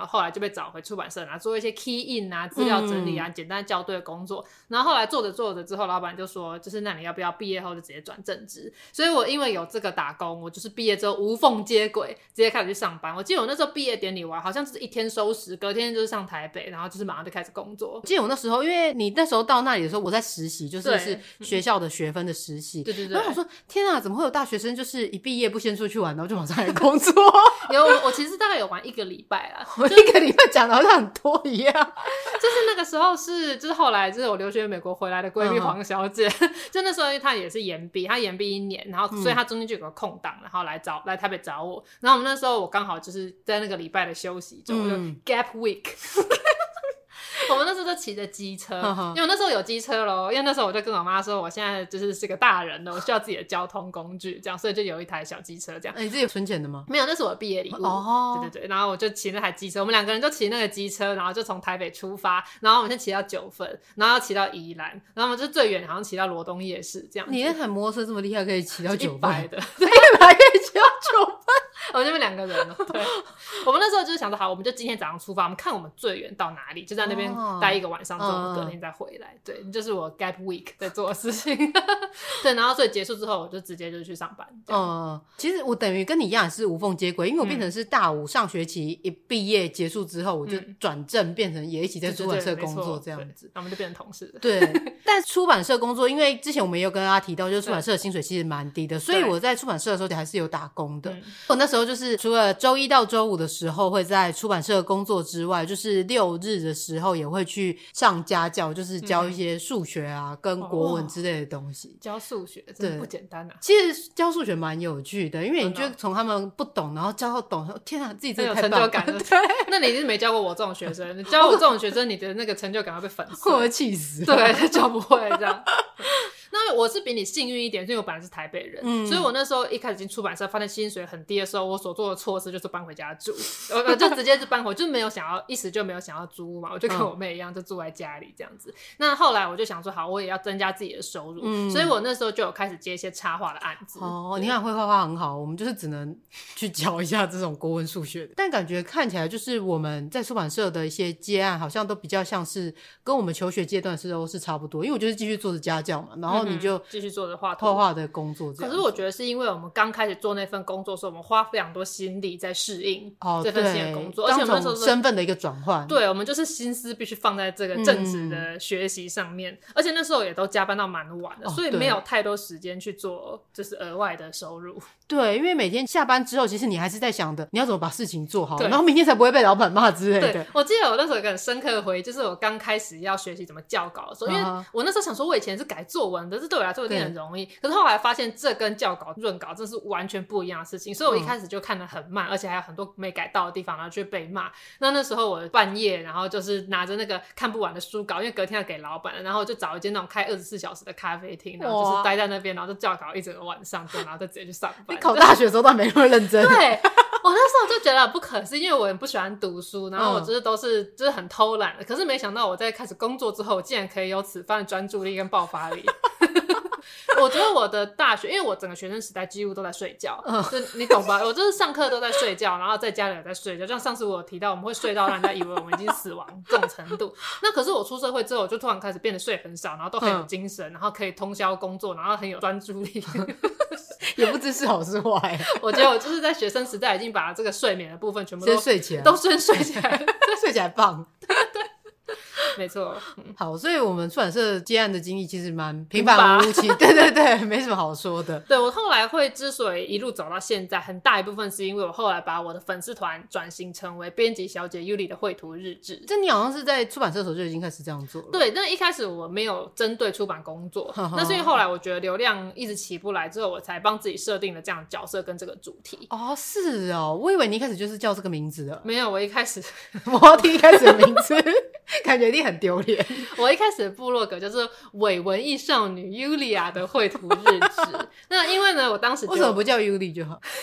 后后来就被找回出版社，然后做一些 key in 啊、资料整理啊、简单校对的工作。然后后来做着做着之后，老板就说，就是那你要不要毕业后就直接转正职？所以我因为有这个打工，我就是毕业之后无缝接轨，直接开始去上班。我记得我那时候毕业典礼完，好像就是一天收拾，隔天就是上台北，然后就是马上就开始工作。 我记得我那时候，因为你那时候到那里的时候，我在实习，就是学校的学分的实习。 对对对。 然后我说，天啊，怎么会有大学生就是一毕业不先出去玩，然后就马上来工作？ 我其实大概有玩1个礼拜啦， 我1个礼拜讲的好像很多一样。 就是那个时候就是后来就是我留学美国回来的闺蜜黄小姐，就那时候因为她也是延毕，她延毕1年，然后所以她中间就有个空档，然后来台北找我。然后我们那时候我刚好就是在那个礼拜的休息中，就 gap week。我们那时候就骑着机车，因为我那时候有机车咯，因为那时候我就跟我妈说我现在就是个大人了，我需要自己的交通工具这样，所以就有一台小机车这样。 你自己存钱的吗？ 没有，那是我的毕业礼物。对对对，然后我就骑那台机车，我们2个人就骑那个机车，然后就从台北出发，然后我们先骑到9份，然后骑到宜兰，然后我们就最远好像骑到罗东夜市这样子。 你那台摩托车这么厉害，可以骑到9份 ？100的 ，100可以骑到9份。 我们这边2个人了，对。我们那时候就是想说，好，我们就今天早上出发，我们看我们最远到哪里，就在那边待1个晚上，之后我们隔天再回来。对，就是我 gap week 在做的事情。对，然后所以结束之后，我就直接就去上班。 其实我等于跟你一样是无缝接轨，因为我变成是大5上学期一毕业结束之后，我就转正变成也一起在出版社工作这样子， 那我们就变成同事了。 对，但出版社工作，因为之前我们也有跟大家提到，就是出版社的薪水其实蛮低的，所以我在出版社的时候还是有打工的。我那时候就是除了周1到周5的时候会在出版社工作之外，就是6日的时候也会去上家教，就是教一些数学啊跟国文之类的东西。 教数学真的不简单啊！ 其实教数学蛮有趣的，因为你就从他们不懂然后教到懂，天啊，自己真的太棒了， 有成就感。对，那你是没教过我这种学生，你教我这种学生，你的那个成就感会被粉碎， 我会气死。 对，教不会这样。那我是比你幸运一点，因为我本来是台北人，所以我那时候一开始进出版社，发现薪水很低的时候，我所做的错事就是搬回家住，我就直接就搬回，就没有想要一时就没有想要租屋嘛，我就跟我妹一样，就住在家里这样子。那后来我就想说，好，我也要增加自己的收入，所以我那时候就有开始接一些插画的案子。 你看会画画很好，我们就是只能去教一下这种国文数学的，但感觉看起来就是我们在出版社的一些接案，好像都比较像是跟我们求学阶段的时候是差不多，因为我就是继续做着家教嘛，然后你就继续做着画画的工作这样。 可是我觉得是因为我们刚开始做那份工作的时候，我们花非常多心力在适应这份新的工作，而且我们那时候身份的一个转换， 对，我们就是心思必须放在这个正职的学习上面，而且那时候也都加班到蛮晚的，所以没有太多时间去做就是额外的收入。 对，因为每天下班之后，其实你还是在想的你要怎么把事情做好，然后明天才不会被老板骂之类的。 对，我记得我那时候有一个很深刻的回忆，就是我刚开始要学习怎么校稿的时候，因为我那时候想说我以前是改作文的，这对我来说一定很容易，可是后来发现这跟校稿润稿真是完全不一样的事情，所以我一开始就看得很慢，而且还有很多没改到的地方，然后就被骂。那时候我半夜然后就是拿着那个看不完的书稿，因为隔天要给老板，然后就找一间那种开24小时的咖啡厅，然后就是待在那边，然后就校稿一整个晚上，然后再直接去上班。 你考大学的时候倒没那么认真。 对，我那时候就觉得不可思议，因为我也不喜欢读书，然后我就是就是很偷懒的，可是没想到我在开始工作之后，我竟然可以有此番的专注力跟爆发力。我觉得我的大学，因为我整个学生时代几乎都在睡觉，就你懂吧？我就是上课都在睡觉，然后在家里也在睡觉，就像上次我有提到我们会睡到让人家以为我们已经死亡这种程度。那可是我出社会之后，我就突然开始变得睡很少，然后都很有精神，然后可以通宵工作，然后很有专注力。 也不知是好是坏。 我觉得我就是在学生时代已经把这个睡眠的部分全部都先睡起来， 都先睡起来， 睡起来棒。 没错。 好，所以我们出版社接案的经历其实蛮平凡无奇，对对对，没什么好说的。 对，我后来会之所以一路走到现在，很大一部分是因为我后来把我的粉丝团转型成为编辑小姐 Yuli 的绘图日志。 这你好像是在出版社的时候就已经开始这样做了。 对，但一开始我没有针对出版工作，那是因为后来我觉得流量一直起不来之后，我才帮自己设定了这样的角色跟这个主题。 哦，是哦，我以为你一开始就是叫这个名字的。 没有，我一开始我要听一开始的名字感觉一定很丢脸。 我一开始的部落格就是伪文艺少女 Yulia 的绘图日志。那因为呢，我当时为什么不叫 Yuli 就好？ 因为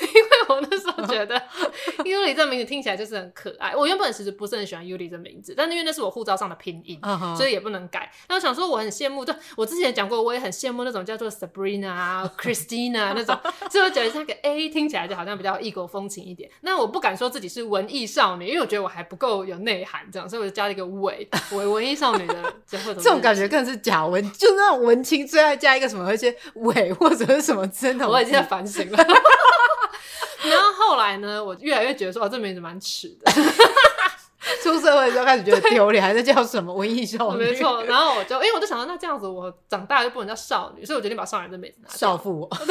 我那时候觉得 Yuli 这名字听起来就是很可爱。我原本其实不是很喜欢 Yuli 这名字，但是因为那是我护照上的拼音，所以也不能改。那我想说我很羡慕，就我之前讲过，我也很羡慕那种叫做 Sabrina 啊 Christina 那种，所以我觉得那个 A 听起来就好像比较异国风情一点。那我不敢说自己是文艺少女，因为我觉得我还不够有内涵这样，所以我就加了一个伪文艺少女的这种感觉更是假文，就那种文青最爱加一个什么一些伪或者是什么真的。 我已经在反省了。然后后来呢，我越来越觉得说，这名字蛮耻的。 出社会之后开始觉得丢脸，还在叫什么文艺少女？ 没错。然后因为我就想到，那这样子我长大就不能叫少女，所以我决定把少女这名字拿掉。 少妇我。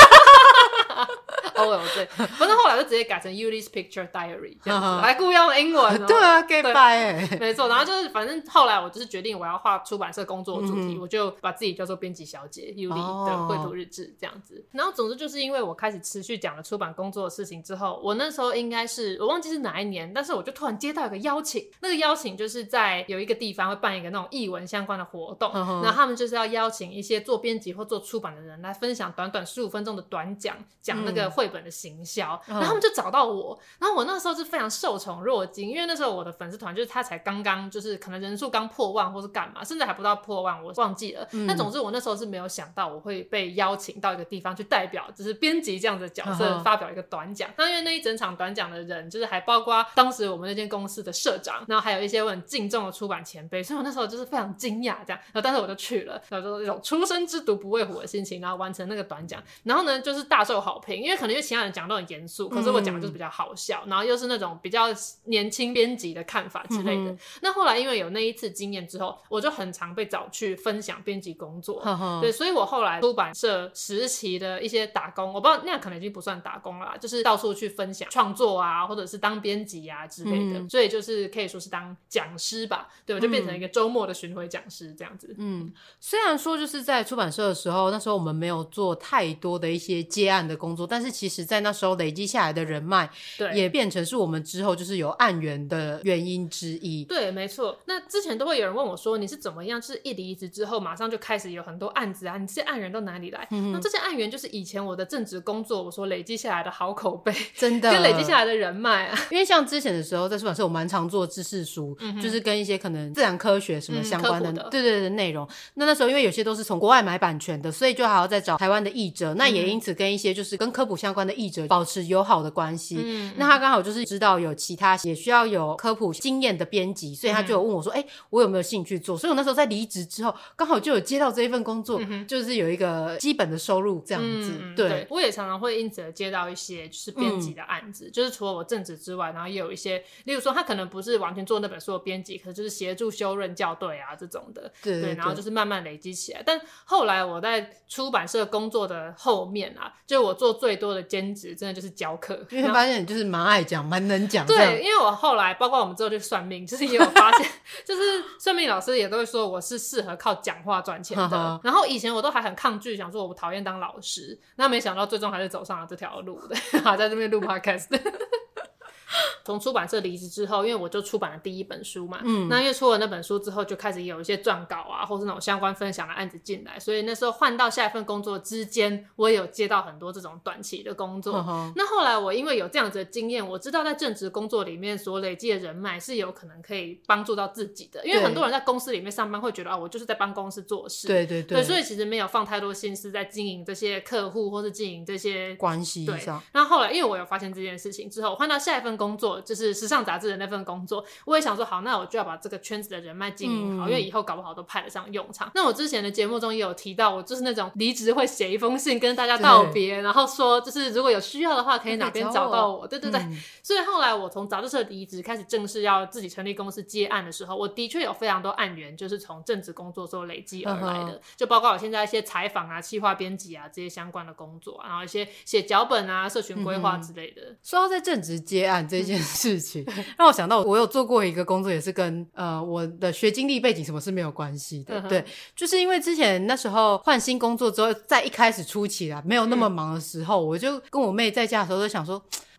对，反正后来就直接改成 Yuli's Picture Diary 这样子，还故意用英文。 对啊 ，gay bye 没错。然后就是反正后来我就是决定我要画出版社工作主题，我就把自己叫做编辑小姐 Yuli 的绘图日志这样子。然后总之就是因为我开始持续讲了出版工作的事情之后，我那时候应该是我忘记是哪一年，但是我就突然接到一个邀请，那个邀请就是在有一个地方会办一个那种艺文相关的活动，然后他们就是要邀请一些做编辑或做出版的人来分享短短15分钟的短讲，讲那个绘本的行销，然后他们就找到我，然后我那时候就非常受宠若惊，因为那时候我的粉丝团就是他才刚刚就是可能人数刚破万或是干嘛，甚至还不到破万，我忘记了。但总之我那时候是没有想到我会被邀请到一个地方去代表就是编辑这样的角色发表一个短讲。那因为那一整场短讲的人就是还包括当时我们那间公司的社长，然后还有一些我很敬重的出版前辈，所以我那时候就是非常惊讶这样，然后但是我就去了，然后就一种初生之犊不畏虎的心情，然后完成那个短讲。然后呢就是大受好评，因为可能因为其他人讲都很严肃，可是我讲的就是比较好笑，然后又是那种比较年轻编辑的看法之类的。那后来因为有那一次经验之后，我就很常被找去分享编辑工作，对，所以我后来出版社时期的一些打工，我不知道那样可能已经不算打工了啦，就是到处去分享创作啊，或者是当编辑啊之类的，所以就是可以说是当讲师吧，对，我就变成一个周末的巡回讲师这样子。 虽然说就是在出版社的时候，那时候我们没有做太多的一些接案的工作，但是其实在那时候累积下来的人脉，对，也变成是我们之后就是有案源的原因之一。 对，没错。那之前都会有人问我说，你是怎么样就是一离职之后马上就开始有很多案子啊，你这些案源都哪里来？那这些案源就是以前我的正职工作我所累积下来的好口碑，真的跟累积下来的人脉啊。 因为像之前的时候在出版社我蛮常做知识书，就是跟一些可能自然科学什么相关的，对对对内容。那时候因为有些都是从国外买版权的，所以就还要再找台湾的译者，那也因此跟一些就是跟科普相关的译者保持友好的关系。那他刚好就是知道有其他也需要有科普经验的编辑，所以他就有问我说我有没有兴趣做。所以我那时候在离职之后刚好就有接到这一份工作，就是有一个基本的收入这样子。对， 我也常常会因此而接到一些就是编辑的案子，就是除了我正职之外，然后也有一些例如说他可能不是完全做那本书的编辑，可是就是协助修润校对啊这种的。对，然后就是慢慢累积起来。但后来我在出版社工作的后面啊，就我做最多的兼职真的就是教课， 因为发现你就是蛮爱讲蛮能讲。 对，因为我后来包括我们之后去算命，就是也有发现就是算命老师也都会说我是适合靠讲话赚钱的。然后以前我都还很抗拒，想说我讨厌当老师，那没想到最终还是走上了这条路的，还在这边录 podcast。从出版社离职之后，因为我就出版了第一本书嘛，那因为出了那本书之后就开始有一些撰稿啊或是那种相关分享的案子进来，所以那时候换到下一份工作之间我也有接到很多这种短期的工作。那后来我因为有这样子的经验，我知道在正职工作里面所累积的人脉是有可能可以帮助到自己的，因为很多人在公司里面上班会觉得我就是在帮公司做事，对，所以其实没有放太多心思在经营这些客户或是经营这些关系上。 那后来因为我有发现这件事情之后，换到下一份工作就是时尚杂志的那份工作，我也想说好，那我就要把这个圈子的人脉经营好，因为以后搞不好都派得上用场。那我之前的节目中也有提到，我就是那种离职会写一封信跟大家道别，然后说就是如果有需要的话可以哪边找到我。对，所以后来我从杂志社离职开始正式要自己成立公司接案的时候，我的确有非常多案源就是从正职工作所累积而来的，就包括我现在一些采访啊企划编辑啊这些相关的工作啊，然后一些写脚本啊社群规划之类的。 说到在正职接案这件事情让我想到我有做过一个工作，也是跟我的学经历背景什么是没有关系的。对，就是因为之前那时候换新工作之后，在一开始初期啦没有那么忙的时候，我就跟我妹在家的时候就想说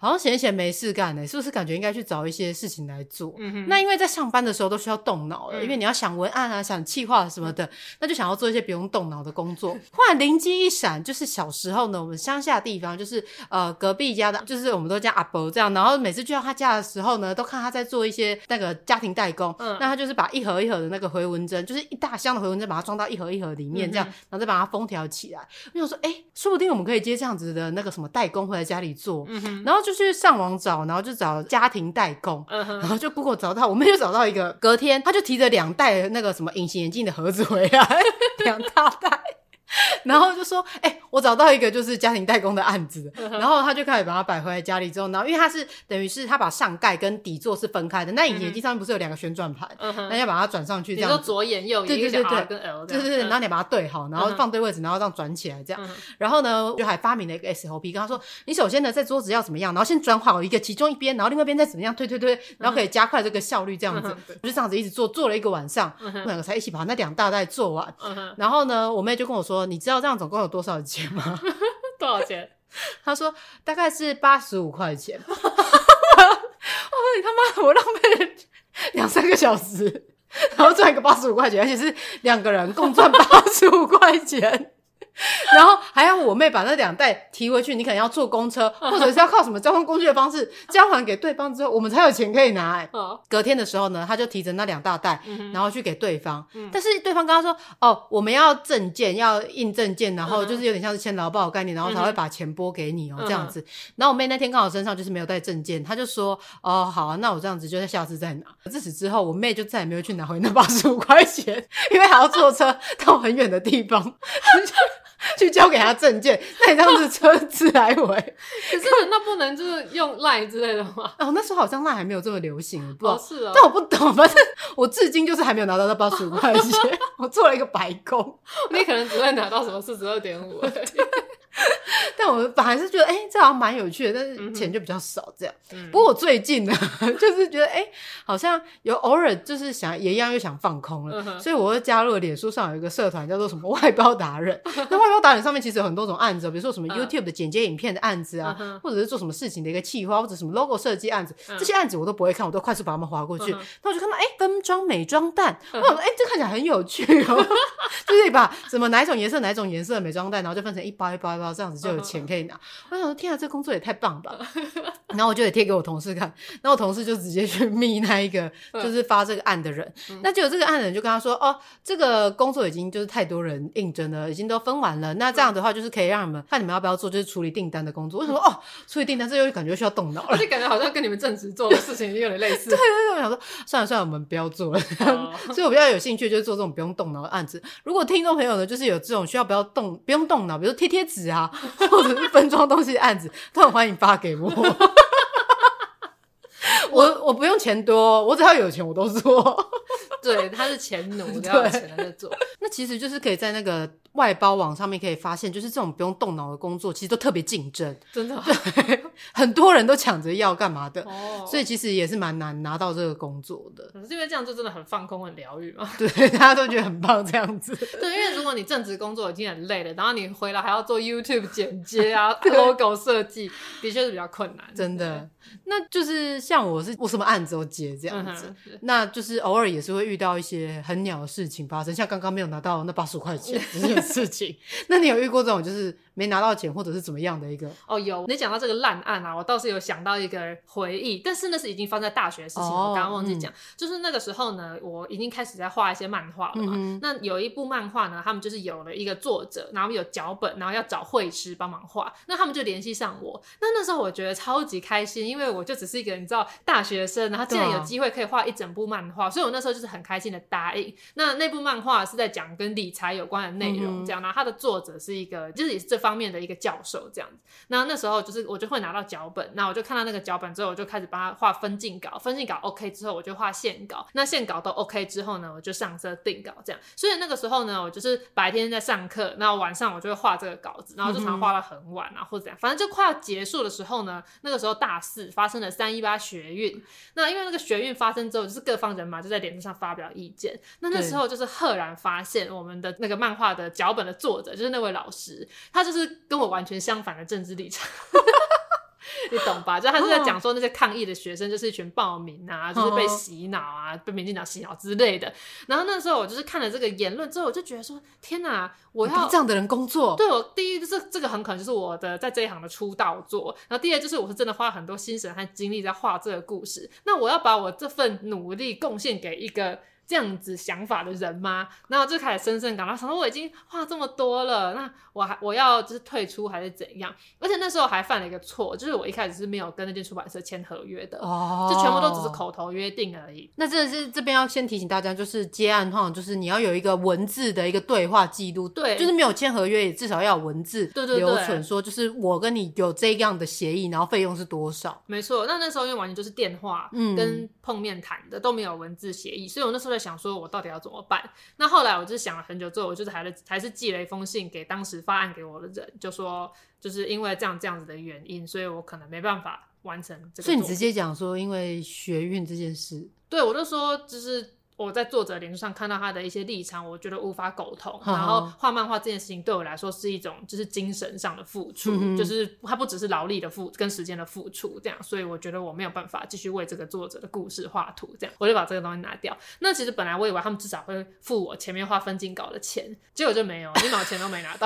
好像闲闲没事干是不是感觉应该去找一些事情来做？那因为在上班的时候都需要动脑了，因为你要想文案啊，想企划什么的，那就想要做一些不用动脑的工作。忽然灵机一闪，就是小时候呢，我们乡下地方就是隔壁家的，就是我们都叫阿伯这样，然后每次去到他家的时候呢，都看他在做一些那个家庭代工，那他就是把一盒一盒的那个回纹针，就是一大箱的回纹针，把它装到一盒一盒里面这样，然后再把它封条起来。我想说说不定我们可以接这样子的那个什么代工回来家里做，然后就去上网找，然后就找家庭代工，然后就 Google 找到，我们就找到一个，隔天他就提着2袋那个什么隐形眼镜的盒子回来2大袋然后就说我找到一个就是家庭代工的案子，然后他就开始把它摆回来家里之后，然后因为他是等于是他把上盖跟底座是分开的，那隐形眼镜上面不是有2个旋转盘，那要把它转上去这样子， 你说左眼右眼，一个 R 跟 L 这样， 对，然后你把它对好，然后放对位置，然后这样转起来这样，然后呢就还发明了一个 SOP， 跟他说你首先呢在桌子要怎么样，然后先转好一个其中一边，然后另外一边再怎么样推，然后可以加快这个效率这样子，我就这样子一直做了1个晚上，我们2个才一起把那2大袋做完，然后呢我妹就跟我说你知道这样总共有多少钱吗？ 多少钱？ 她说大概是85块钱我说你他妈我浪费了2-3个小时然后赚一个85块钱，而且是2个人共赚85块钱然后还要我妹把那2袋提回去，你可能要坐公车或者是要靠什么交通工具的方式交还给对方之后，我们才有钱可以拿隔天的时候呢，他就提着那2大袋然后去给对方，但是对方跟他说我们要证件，要印证件，然后就是有点像是签劳保的概念，然后才会把钱拨给你这样子。然后我妹那天刚好身上就是没有带证件，他就说好啊，那我这样子就在下次再拿。自此之后我妹就再也没有去拿回那85块钱，因为还要坐车到很远的地方去交给他证件，那你这样子车子来回可是那不能就是用 LINE 之类的吗？ 那时候好像 LINE 还没有这么流行，我不知道是但我不懂，反正我至今就是还没有拿到那85块钱我做了一个白工你可能只会拿到什么42.5 但我本来是觉得这好像蛮有趣的，但是钱就比较少这样不过我最近呢就是觉得好像有偶尔就是想也一样又想放空了所以我又加入了脸书上有一个社团叫做什么外包达人那外包达人上面其实有很多种案子，比如说什么 YouTube 的剪接影片的案子啊或者是做什么事情的一个企划，或者什么 logo 设计案子这些案子我都不会看，我都快速把它们划过去那我就看到分装美妆蛋我想说这看起来很有趣就是把什么哪一种颜色的美妆蛋然后就分成一包一包一包这样子就有钱可以拿我想说天啊这工作也太棒了吧然后我就也贴给我同事看，然后我同事就直接去密那一个就是发这个案的人那就有这个案的人就跟他说这个工作已经就是太多人应征了，已经都分完了，那这样的话就是可以让你们看你们要不要做就是处理订单的工作。为什么处理订单这又感觉需要动脑了， 而且感觉好像跟你们正职做的事情已经有点类似对，我想说算了我们不要做了所以我比较有兴趣就是做这种不用动脑的案子。如果听众朋友呢就是有这种需要不用动脑，比如说贴纸啊或者是分装东西的案子都很欢迎发给我我不用钱多，我只要有钱我都做对，他是钱奴，只要有钱他就做那其实就是可以在那个外包网上面可以发现，就是这种不用动脑的工作其实都特别竞争， 真的对，很多人都抢着要干嘛的所以其实也是蛮难拿到这个工作的。 可是因为这样就真的很放空很疗愈嘛对，大家都觉得很棒这样子对，因为如果你正职工作已经很累了，然后你回来还要做 YouTube 剪接啊logo 设计的确是比较困难， 真的。那就是像我什么案子都接这样子那就是偶尔也是会遇到一些很鸟的事情发生，像刚刚没有拿到那85块钱这件事情那你有遇过这种就是没拿到钱或者是怎么样的一个有。你讲到这个烂案啊，我倒是有想到一个回忆，但是那是已经发生在大学的事情我刚刚忘记讲就是那个时候呢我已经开始在画一些漫画了嘛那有一部漫画呢他们就是有了一个作者，然后有脚本，然后要找绘师帮忙画，那他们就联系上我。那时候我觉得超级开心，因为我就只是一个你知道大学生，然后竟然有机会可以画一整部漫画所以我那时候就是很开心的答应。那部漫画是在讲跟理财有关的内容这样然后他的作者是一个就是也是这方面的一个教授这样子。那时候就是我就会拿到脚本，那我就看到那个脚本之后我就开始帮他画分镜稿OK 之后我就画线稿，那线稿都 OK 之后呢我就上色定稿这样。所以那个时候呢我就是白天在上课，然后晚上我就会画这个稿子，然后就常画到很晚啊或者怎样，反正就快要结束的时候呢，那个时候大4发生了318学运，那因为那个学运发生之后就是各方人马就在脸书上发表意见，那时候就是赫然发现我们的那个漫画的脚本的作者就是那位老师，他就是跟我完全相反的政治立场你懂吧？就他是在讲说那些抗议的学生就是一群暴民啊，就是被洗脑啊，被民进党洗脑之类的。然后那时候我就是看了这个言论之后，我就觉得说天哪，我要帮这样的人工作。 对，我第一就是这个很可能就是我的在这一行的出道作，然后第二就是我是真的花了很多心神和精力在画这个故事，那我要把我这份努力贡献给一个这样子想法的人吗？然后就开始深深感到想说我已经画这么多了，那我要就是退出还是怎样？而且那时候还犯了一个错，就是我一开始是没有跟那间出版社签合约的，就全部都只是口头约定而已。 那真的是这边要先提醒大家，就是接案通常就是你要有一个文字的一个对话记录，对，就是没有签合约也至少要有文字留存，说就是我跟你有这样的协议，然后费用是多少。没错，那时候因为完全就是电话跟碰面谈的，都没有文字协议，所以我那时候在想说我到底要怎么办。那后来我就是想了很久之后，我就是还是寄了一封信给当时发案给我的人，就说就是因为这样子的原因，所以我可能没办法完成这个作品。 所以你直接讲说因为学运这件事。 对，我就说就是我在作者脸书上看到他的一些立场，我觉得无法沟通，然后画漫画这件事情对我来说是一种就是精神上的付出，就是它不只是劳力的跟时间的付出这样，所以我觉得我没有办法继续为这个作者的故事画图，这样我就把这个东西拿掉。那其实本来我以为他们至少会付我前面画分镜稿的钱，结果就没有，1毛钱都没拿到。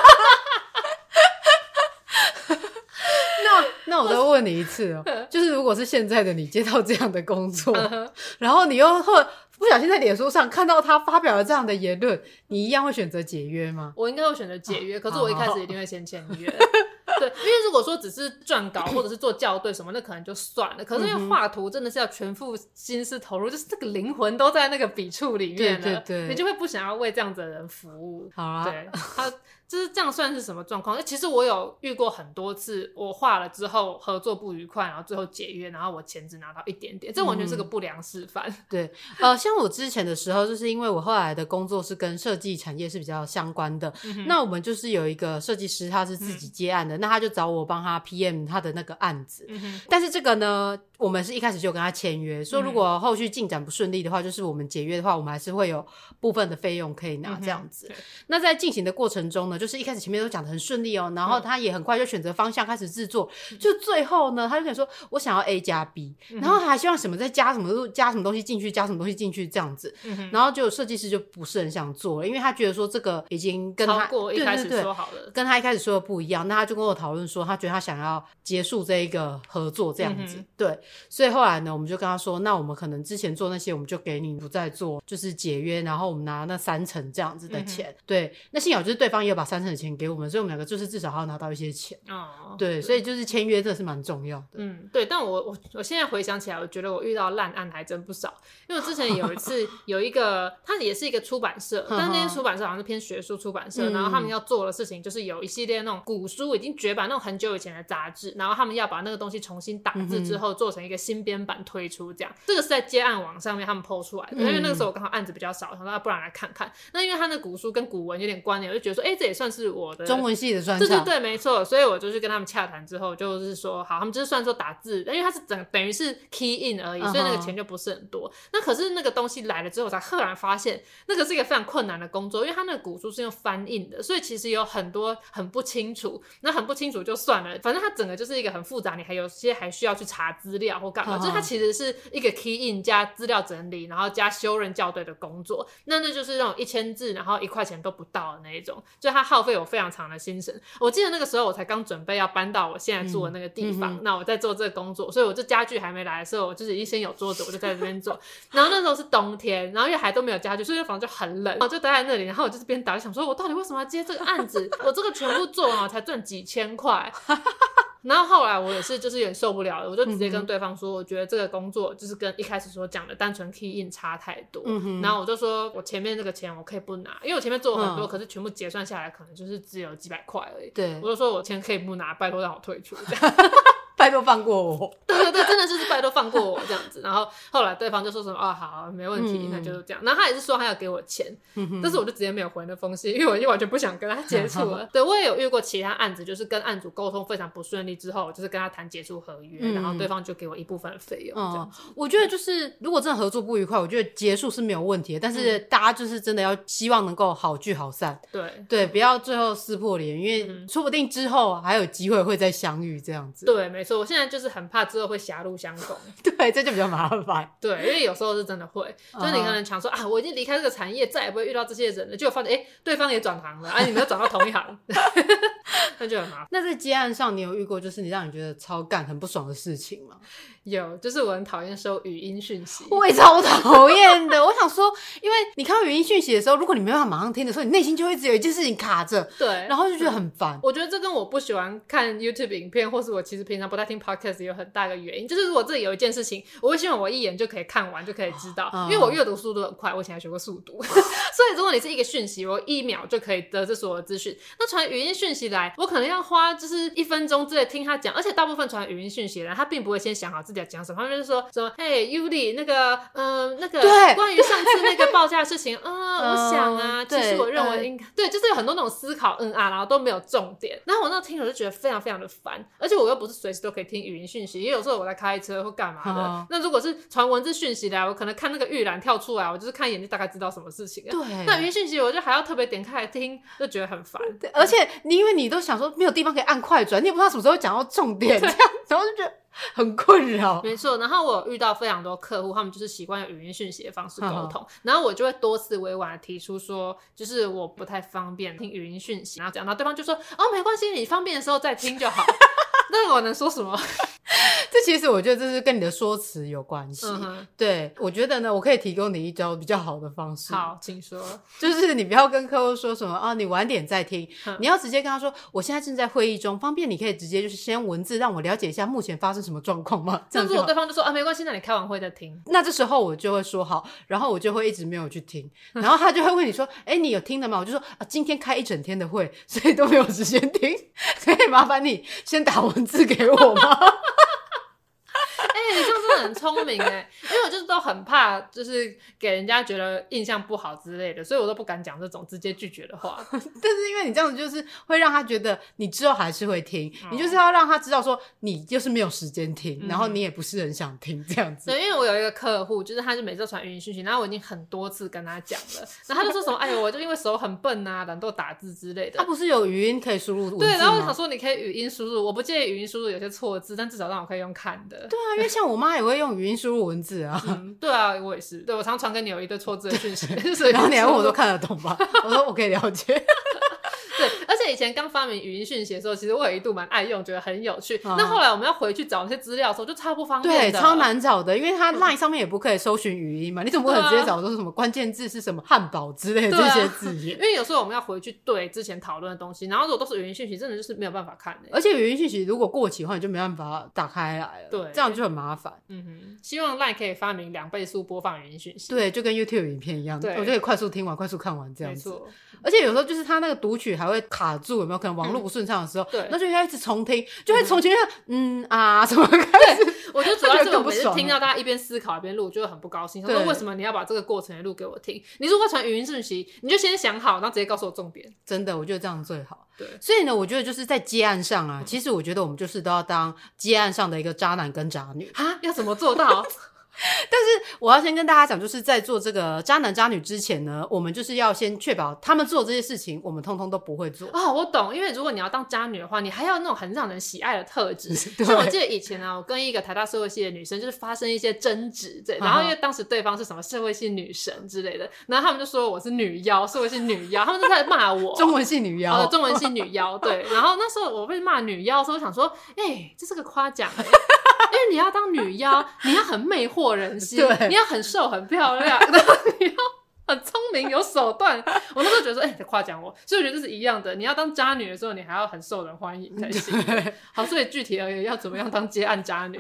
那我再问你一次就是如果是现在的你接到这样的工作然后你又不小心在脸书上看到他发表了这样的言论，你一样会选择解约吗？ 我应该会选择解约，可是我一开始一定会先签约。对，因为如果说只是撰稿或者是做校对什么，那可能就算了。可是因为画图真的是要全副心思投入，就是这个灵魂都在那个笔触里面了，对，你就会不想要为这样子的人服务。 好啊， 对，他就是这样算是什么状况？其实我有遇过很多次，我画了之后合作不愉快，然后最后解约，然后我钱只拿到一点点，这完全是个不良示范。 对，像我之前的时候，就是因为我后来的工作是跟设计产业是比较相关的，那我们就是有一个设计师，他是自己接案的，那他就找我帮他 PM 他的那个案子，但是这个呢，我们是一开始就跟他签约，说如果后续进展不顺利的话，就是我们解约的话，我们还是会有部分的费用可以拿这样子。那在进行的过程中呢，就是一开始前面都讲得很顺利然后他也很快就选择方向开始制作，就最后呢，他就想说我想要 A 加 B，然后还希望什么再加什么东西进去，加什么东西进去这样子，然后就设计师就不是很想做了，因为他觉得说这个已经跟他超过一开始说好了， 跟他一开始说的不一样，那他就跟我讨论说他觉得他想要结束这一个合作这样子，对，所以后来呢我们就跟他说，那我们可能之前做那些我们就给你不再做，就是解约，然后我们拿那30%这样子的钱，对，那幸好就是对方也有把30%的钱给我们，所以我们两个就是至少还要拿到一些钱，对，所以就是签约真的是蛮重要的。 对，但我现在回想起来，我觉得我遇到烂案还真不少，因为我之前有一次有一个它也是一个出版社，但是那间出版社好像是偏学术出版社，然后他们要做的事情就是有一系列那种古书已经绝版那种很久以前的杂志，然后他们要把那个东西重新打字之后做成一个新编版推出，这样这个是在接案网上面他们 po 出来的，因为那个时候我刚好案子比较少，想说不然来看看，那因为他那古书跟古文有点关联，我就觉得说这也算是我的中文系的专长， 对没错，所以我就去跟他们洽谈之后，就是说好，他们就是算说打字，因为他是等于是 key in 而已，所以那个钱就不是很多。那可是那个东西来了之后，我才赫然发现那个是一个非常困难的工作，因为他那个古书是用翻印的，所以其实有很多很不清楚，那很不清楚就算了，反正它整个就是一个很复杂，你还有些还需要去查资料或干嘛，就是它其实是一个 key in 加资料整理，然后加修任校对的工作，那就是那种1000字然后1块钱都不到的那一种，就它耗费我非常长的心神。我记得那个时候我才刚准备要搬到我现在住的那个地方，那我在做这个工作，所以我这家具还没来的时候，我就是已经先有桌子，我就在这边做。然后那时候是冬天，然后因为还都没有家具，所以那房子就很冷，我就待在那里，然后我就是边打就想说，我到底为什么要接这个案子？我这个全部做完我才赚几千块。然后后来我也是就是有点受不了了，我就直接跟对方说，我觉得这个工作就是跟一开始所讲的单纯 key in 差太多，然后我就说我前面这个钱我可以不拿，因为我前面做了很多，可是全部结算下来可能就是只有几百块而已，对，我就说我钱可以不拿，拜托让我退出这样。 拜托放过我。 对对对，真的是拜托放过我这样子。然后后来对方就说什么啊，好，没问题，那就是这样。然后他也是说他要给我钱，但是我就直接没有回那封信，因为我就完全不想跟他接触了。对，我也有遇过其他案子，就是跟案主沟通非常不顺利之后，就是跟他谈解除合约，然后对方就给我一部分的费用。这样子我觉得就是如果真的合作不愉快，我觉得结束是没有问题的，但是大家就是真的要希望能够好聚好散。对，不要最后撕破脸，因为说不定之后还有机会会再相遇这样子。 对，没错，我现在就是很怕之后会狭路相逢。 对，这就比较麻烦。 对，因为有时候是真的会，就是你可能想说啊，我已经离开这个产业，再也不会遇到这些人了，结果发现对方也转行了，你们又转到同一行，那就很麻烦。 那在接案上，你有遇过就是你让你觉得超干很不爽的事情吗？ 有，就是我很讨厌收语音讯息。 我也超讨厌的。我想说，因为你看到语音讯息的时候，如果你没办法马上听的时候，你内心就会只有一件事情卡着， 对， 然后就觉得很烦。 我觉得这跟我不喜欢看 YouTube 影片，或是我其实平常不太听 Podcast 有很大的原因。就是如果这里有一件事情，我会希望我一眼就可以看完，就可以知道，因为我阅读速度很快，我以前还学过速读，所以如果你是一个讯息，我1秒就可以得知所有的资讯。那传语音讯息来，我可能要花就是1分钟之类听他讲，而且大部分传语音讯息的人，他并不会先想好自己要讲什么，他们就是说什么嘿 Yuli 那个关于上次那个报价的事情我想啊，其实我认为应该对，就是有很多那种思考然后都没有重点。然后我那听我就觉得非常非常的烦，而且我又不是随时都可以听语音讯息，也有时候我在开车或干嘛的。那如果是传文字讯息来，我可能看那个预览跳出来，我就是看一眼就大概知道什么事情了。 对， 那语音讯息我就还要特别点开来听，就觉得很烦。 而且因为你都想说没有地方可以按快转，你也不知道什么时候讲到重点，这样然后就觉得很困扰。 没错，然后我遇到非常多客户，他们就是习惯用语音讯息的方式沟通，然后我就会多次委婉的提出说，就是我不太方便听语音讯息，然后讲到对方就说没关系，你方便的时候再听就好。那我能说什么？ 这其实我觉得这是跟你的说辞有关系。对，我觉得呢，我可以提供你一招比较好的方式。 好，请说。 就是你不要跟客户说什么你晚点再听，你要直接跟他说，我现在正在会议中，方便你可以直接就是先文字让我了解一下目前发生什么状况吗？这样如果对方就说没关系，那你开完会再听。 那这时候我就会说好，然后我就会一直没有去听，然后他就会问你说你有听的吗？我就说今天开一整天的会，所以都没有时间听，可以麻烦你先打文字给我吗？ 你这样真的很聪明因为我就是都很怕就是给人家觉得印象不好之类的，所以我都不敢讲这种直接拒绝的话。 但是因为你这样子就是会让他觉得你之后还是会听，你就是要让他知道说你就是没有时间听，然后你也不是很想听这样子。 对，因为我有一个客户，就是他就每次都传语音讯息，然后我已经很多次跟他讲了，然后他就说什么哎呦我就因为手很笨懒惰打字之类的。 他不是有语音可以输入文字吗？ 对，然后我想说你可以语音输入，我不介意语音输入有些错字，但至少让我可以用看的。 对啊，因为像我妈也会用语音输入文字啊。 对啊，我也是。对，我常传给你有一堆错字的讯息， 然后你还问我说看得懂吧？我说我可以了解。 对，而且以前刚发明语音讯息的时候，其实我有一度蛮爱用，觉得很有趣。那后来我们要回去找那些资料的时候，就超不方便的， 对，超难找的，因为它 LINE 上面也不可以搜寻语音嘛，你怎么不可能直接找说什么关键字是什么汉堡之类的这些字眼？ 因为有时候我们要回去对之前讨论的东西，然后如果都是语音讯息，真的就是没有办法看而且语音讯息如果过期的话，你就没办法打开来了，对，这样就很麻烦。 希望 LINE 可以发明2倍速播放语音讯息， 对，就跟 YouTube 影片一样，我就可以快速听完快速看完这样子。 没错， 而且有时候就是他那个读取还会卡住，有没有可能网络不顺畅的时候，那就要一直重听，就会重新什么开始。 我觉得主要是我每次听到大家一边思考一边录，就会很不高兴，说为什么你要把这个过程也录给我听？你如果传语音讯息，你就先想好，然后直接告诉我重点。真的，我觉得这样最好。 对， 所以呢，我觉得就是在接案上啊，其实我觉得我们就是都要当接案上的一个渣男跟渣女要怎么做到？ 但是我要先跟大家讲，就是在做这个渣男渣女之前呢，我们就是要先确保他们做这些事情我们通通都不会做。 我懂，因为如果你要当渣女的话，你还要那种很让人喜爱的特质。像我记得以前我跟一个台大社会系的女生就是发生一些争执，对，然后因为当时对方是什么社会系女神之类的，然后他们就说我是女妖，社会系女妖，他们就在骂我中文系女妖， 中文系女妖，对。然后那时候我被骂女妖的时候，我想说这是个夸奖因为你要当女妖，你要很魅惑人心，你要很瘦很漂亮，然后你要很聪明有手段。我那时候觉得说在夸奖我，所以我觉得这是一样的，你要当渣女的时候，你还要很受人欢迎才行。好，所以具体而言要怎么样当接案渣女？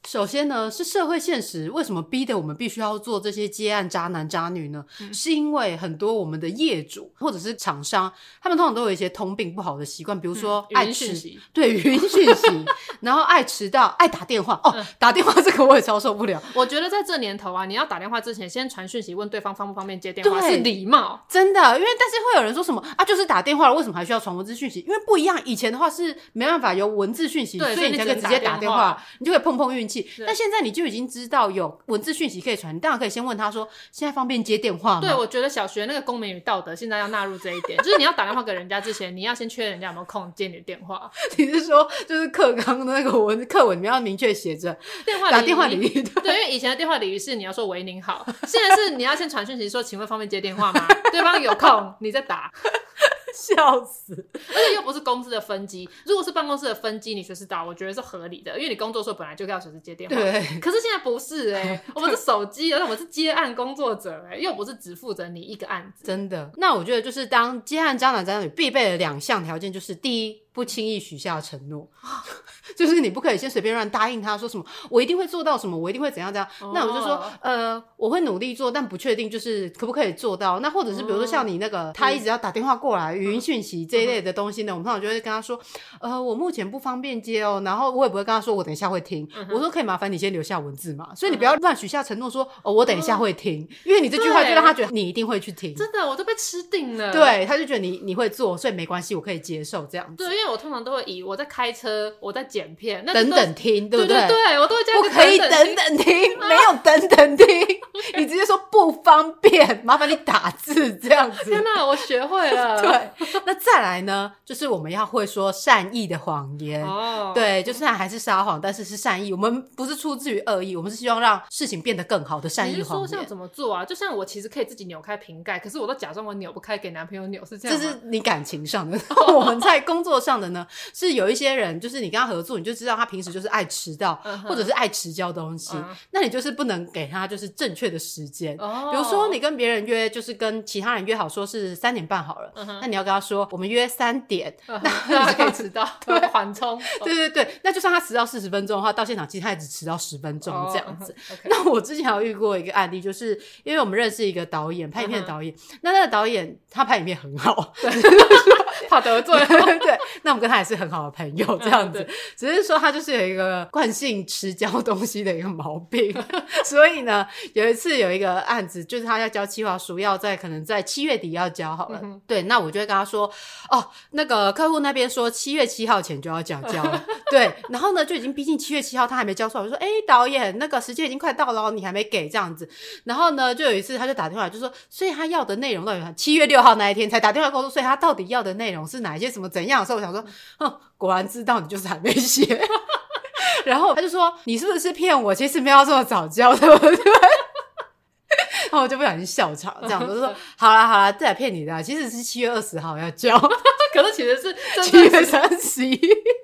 首先呢，是社会现实为什么逼得我们必须要做这些接案渣男渣女呢？是因为很多我们的业主或者是厂商，他们通常都有一些通病不好的习惯，比如说爱迟，对，语音讯息，然后爱迟到，爱打电话。打电话这个我也超受不了。 我觉得在这年头啊，你要打电话之前先传讯息问对方方不方便接电话是礼貌， 真的。因为但是会有人说什么啊，就是打电话了，为什么还需要传文字讯息？因为不一样，以前的话是没办法有文字讯息，所以你才可以直接打电话，你就可以碰碰运气。但现在你就已经知道有文字讯息可以传，你当然可以先问他说现在方便接电话吗？ 对，我觉得小学那个公民与道德现在要纳入这一点，就是你要打电话给人家之前，你要先确认人家有没有空接你的电话。 你是说就是课纲的那个课文里面要明确写着打电话礼仪？ 对，因为以前的电话礼仪是你要说喂您好，现在是你要先传讯息说请问方便接电话吗？对方有空你再打。 笑死！ 而且又不是公司的分机，如果是办公室的分机，你随时打，我觉得是合理的，因为你工作的时候本来就要随时接电话。 对。 可是现在不是我们是手机，而且我们是接案工作者又不是只负责你一个案子。 真的。那我觉得就是当接案渣男渣女必备的2项条件，就是第一，不轻易许下承诺，就是你不可以先随便乱答应他说什么我一定会做到什么，我一定会怎样怎样。那我就说我会努力做，但不确定就是可不可以做到。那或者是比如说像你那个他一直要打电话过来语音讯息这一类的东西呢，我们通常就会跟他说我目前不方便接哦，然后我也不会跟他说我等一下会听，我说可以麻烦你先留下文字嘛。所以你不要乱许下承诺说我等一下会听，因为你这句话就让他觉得你一定会去听。 真的，我都被吃定了。 对，他就觉得你会做，所以没关系，我可以接受这样子。 对，因为我通常都会以我在开车，我在剪片， 等等听，对不对？ 对，我都会加一个不可以等等听，没有等等听，你直接说不方便，麻烦你打字这样子。 天哪，我学会了。 对，那再来呢，就是我们要会说善意的谎言。对，就是还是撒谎，但是是善意，我们不是出自于恶意，我们是希望让事情变得更好的善意谎言。 你是说像怎么做啊？就像我其实可以自己扭开瓶盖，可是我都假装我扭不开给男朋友扭，是这样吗？ 这是你感情上的。我们在工作上的呢，是有一些人就是你跟他合作，你就知道他平时就是爱迟到，或者是爱迟交东西，那你就是不能给他就是正确的时间。比如说你跟别人约，就是跟其他人约好说是3点半好了，那你要跟他说我们约3点， 那他可以迟到，对，缓冲。 对对对，那就算他迟到40分钟的话，到现场其实他也只迟到10分钟这样子。那我之前有遇过一个案例，就是因为我们认识一个导演，拍影片的导演，那个导演他拍影片很好，对。 怕得罪。 对，那我们跟他也是很好的朋友这样子，只是说他就是有一个惯性迟交东西的一个毛病。所以呢，有一次有一个案子，就是他要交企划书，要在可能在7月底要交好了，对，那我就会跟他说那个客户那边说7月7号前就要交了。对，然后呢就已经逼近7月7号他还没交出来，我就说导演那个时间已经快到了你还没给这样子。然后呢就有一次他就打电话来就说，所以他要的内容到底7月6号那一天才打电话跟我说，所以他到底要的内容是哪一些什么怎样的时候，我想说果然知道你就是还没写。然后他就说你是不是骗我，其实没有要这么早交对不对？然后我就不小心笑场这样子，我就说好啦这才骗你的其实是7月20号要交。 可是其实是 7月31。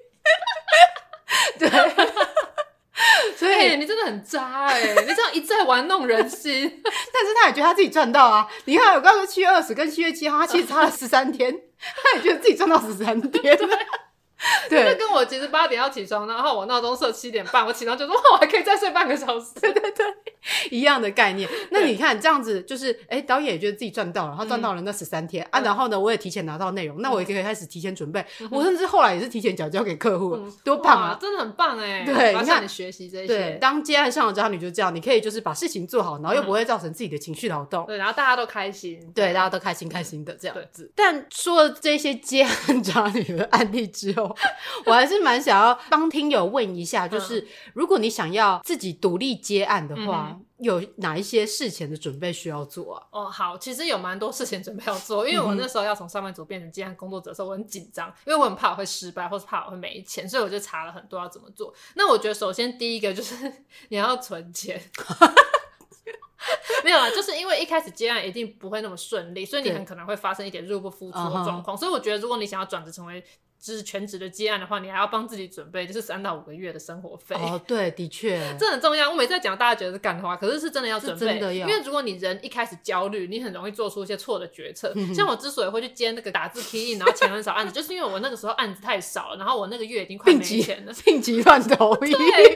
对。所以你真的很渣你这样一再玩弄人心。 但是他也觉得他自己赚到啊，你看我刚说7月20跟7月7号他其实差了13天，他也觉得自己赚到13天。 对，就跟我其实8点要起床，然后我闹钟设7点半，我起床就说我还可以再睡半个小时。 对对对，一样的概念。那你看这样子就是导演也觉得自己赚到了，他赚到了那13天然后呢我也提前拿到内容，那我也可以开始提前准备，我甚至后来也是提前交给客户多棒啊， 真的很棒对， 你看你学习这些。 对，当接案上的渣女就这样，你可以就是把事情做好，然后又不会造成自己的情绪劳动， 对，然后大家都开心， 对，大家都开心的这样子。但说了这些接案渣女的案例之后，我还是蛮想要帮听友问一下，就是如果你想要自己独立接案的话，有哪一些事前的准备需要做啊？ 好，其实有蛮多事前准备要做，因为我那时候要从上班族变成接案工作者的时候，我很紧张，因为我很怕我会失败，或是怕我会没钱，所以我就查了很多要怎么做。那我觉得首先第一个就是你要存钱。没有啦，就是因为一开始接案一定不会那么顺利，所以你很可能会发生一点入不敷出的状况，所以我觉得如果你想要转职成为就是全职的接案的话，你还要帮自己准备就是3到5个月的生活费。 对，的确这很重要。我每次在讲大家觉得是干话，可是是真的要准备， 真的要。 因为如果你人一开始焦虑，你很容易做出一些错的决策。像我之所以会去接那个打字 key in 然后钱很少案子，就是因为我那个时候案子太少了，然后我那个月已经快没钱了， 病急乱投医。 对，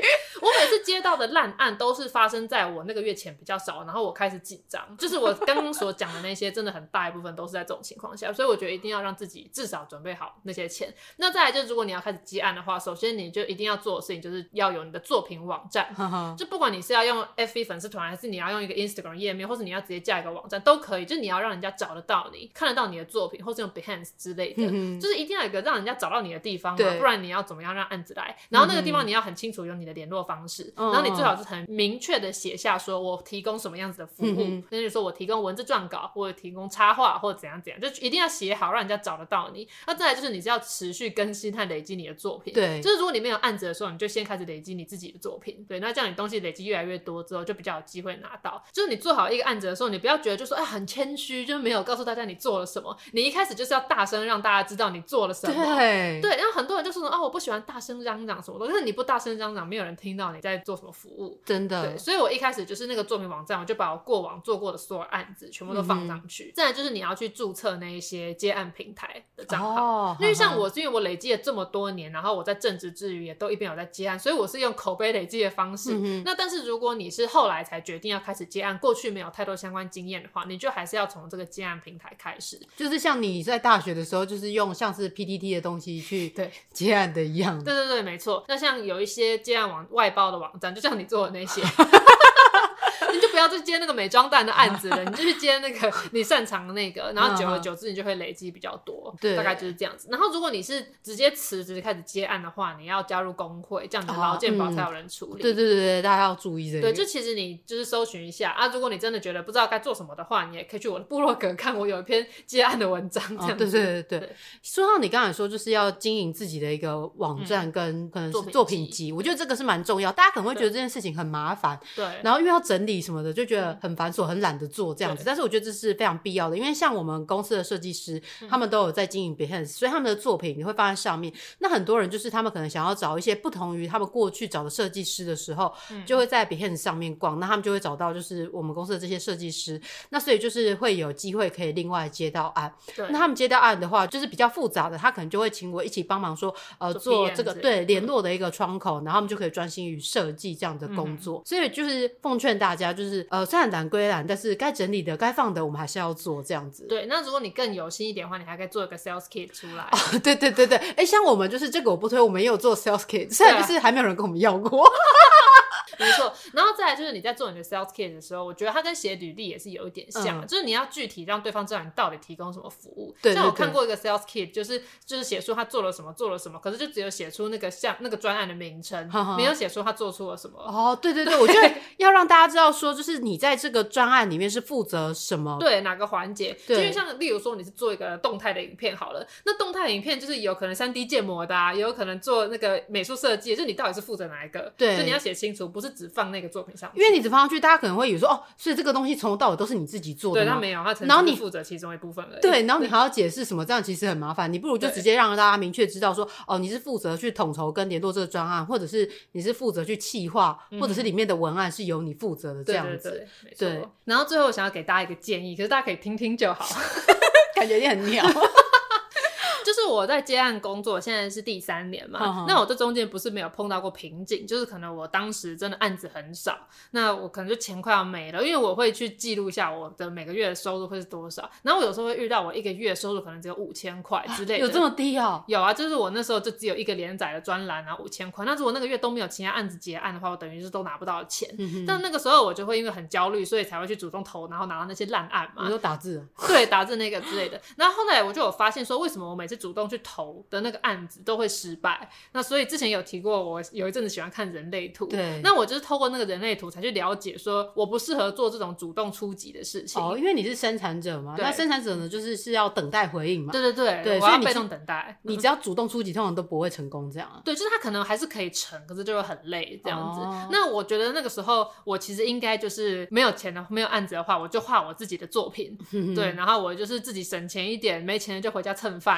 我每次接到的烂案都是发生在我那个月钱比较少，然后我开始紧张，就是我刚刚所讲的那些真的很大一部分都是在这种情况下，所以我觉得一定要让自己至少准备好那些钱。那再来就是如果你要开始接案的话，首先你就一定要做的事情就是要有你的作品网站就不管你是要用 FB 粉丝团还是你要用一个 Instagram 页面，或是你要直接架一个网站都可以，就是你要让人家找得到你，看得到你的作品，或是用 Behance 之类的就是一定要有一个让人家找到你的地方嘛，不然你要怎么样让案子来，然后那个地方你要很清楚有你的联络方式然后你最好是很明确的写下说我提供什么样子的服务就是说我提供文字撰稿或者提供插画或者怎样怎样，就一定要写好让人家找得到你。那再来就是你是要持续更新和累积你的作品， 对， 就是如果你没有案子的时候，你就先开始累积你自己的作品，对，那这样你东西累积越来越多之后就比较有机会拿到。就是你做好一个案子的时候，你不要觉得就说很谦虚，就没有告诉大家你做了什么，你一开始就是要大声让大家知道你做了什么，对，然后很多人就说我不喜欢大声嚷嚷什么的，但是你不大声嚷嚷没有人听到你在做什么服务，真的。对，所以我一开始就是那个作品网站，我就把我过往做过的所有案子全部都放上去再来就是你要去注册那一些接案平台的账号因为像我是因为我累积了这么多年，然后我在正职之余也都一边有在接案，所以我是用口碑累积的方式那但是如果你是后来才决定要开始接案，过去没有太多相关经验的话，你就还是要从这个接案平台开始， 就是像你在大学的时候就是用像是 PTT 的东西去接案的一样。 对对对，没错。那像有一些接案外包的网站，就像你做的那些你就不要再接那个美妆蛋的案子了，你就去接那个你擅长的那个，然后久而久之你就会累积比较多对，大概就是这样子。然后如果你是直接辞职开始接案的话，你要加入工会，这样你的劳健保才有人处理对对对，大家要注意这个。对，就其实你就是搜寻一下如果你真的觉得不知道该做什么的话，你也可以去我的部落格看我有一篇接案的文章这样子对对对对。 说到你刚才说就是要经营自己的一个网站跟可能是作品集我觉得这个是蛮重要，大家可能会觉得这件事情很麻烦对，然后因为要整理什么的就觉得很繁琐很懒得做这样子，但是我觉得这是非常必要的，因为像我们公司的设计师他们都有在经营 Behance 所以他们的作品你会放在上面，那很多人就是他们可能想要找一些不同于他们过去找的设计师的时候就会在 Behance 上面逛，那他们就会找到就是我们公司的这些设计师，那所以就是会有机会可以另外接到案。那他们接到案的话就是比较复杂的，他可能就会请我一起帮忙说做这个对联络的一个窗口然后他们就可以专心于设计这样的工作所以就是奉劝大家就是虽然懒归懒，但是该整理的该放的我们还是要做这样子。 对，那如果你更有心一点的话，你还可以做一个 sales kit 出来对对对对，像我们就是这个我不推，我们也有做 sales kit 虽然就是还没有人跟我们要过没错，然后再来就是你在做你的 sales kit 的时候，我觉得它跟写履历也是有一点像就是你要具体让对方知道你到底提供什么服务。对对对，像我看过一个 sales kit 就是写出他做了什么做了什么，可是就只有写出那个像那个专案的名称没有写出他做出了什么对对对，我觉得要让大家知道说就是你在这个专案里面是负责什么对哪个环节，就因为像例如说你是做一个动态的影片好了，那动态的影片就是有可能 3D 建模的也有可能做那个美术设计，就你到底是负责哪一个，对，就你要写清楚，不是只放那个作品上去， 因为你只放上去大家可能会以为说所以这个东西从头到尾都是你自己做的吗？ 对，他没有，他只是负责其中一部分而已。 对，然后你还要解释什么，这样其实很麻烦，你不如就直接让大家明确知道说你是负责去统筹跟联络这个专案，或者是你是负责去企划或者是里面的文案是由你负责的这样子。对对对，没错。对， 然后最后我想要给大家一个建议，可是大家可以听听就好感觉你很鸟就是我在接案工作现在是第3年嘛那我这中间不是没有碰到过瓶颈，就是可能我当时真的案子很少，那我可能就钱快要没了，因为我会去记录一下我的每个月的收入会是多少，然后我有时候会遇到我一个月收入可能只有5000块之类的。 有这么低有啊，就是我那时候就只有一个连载的专栏5000块，那如果那个月都没有其他案子结案的话，我等于是都拿不到钱但那个时候我就会因为很焦虑，所以才会去主动投，然后拿到那些烂案嘛。 你说打字对，打字那个之类的。然后后来我就有发现说为什么我每次主动去投的那个案子都会失败，那所以之前有提过我有一阵子喜欢看人类图，对，那我就是透过那个人类图才去了解说我不适合做这种主动出击的事情因为你是生产者嘛，那生产者呢就是要等待回应嘛。 对对对对，我要被动等待， 你只要主动出击通常都不会成功这样对，就是他可能还是可以成，可是就会很累这样子那我觉得那个时候我其实应该就是没有钱的没有案子的话，我就画我自己的作品对，然后我就是自己省钱一点，没钱就回家蹭饭这样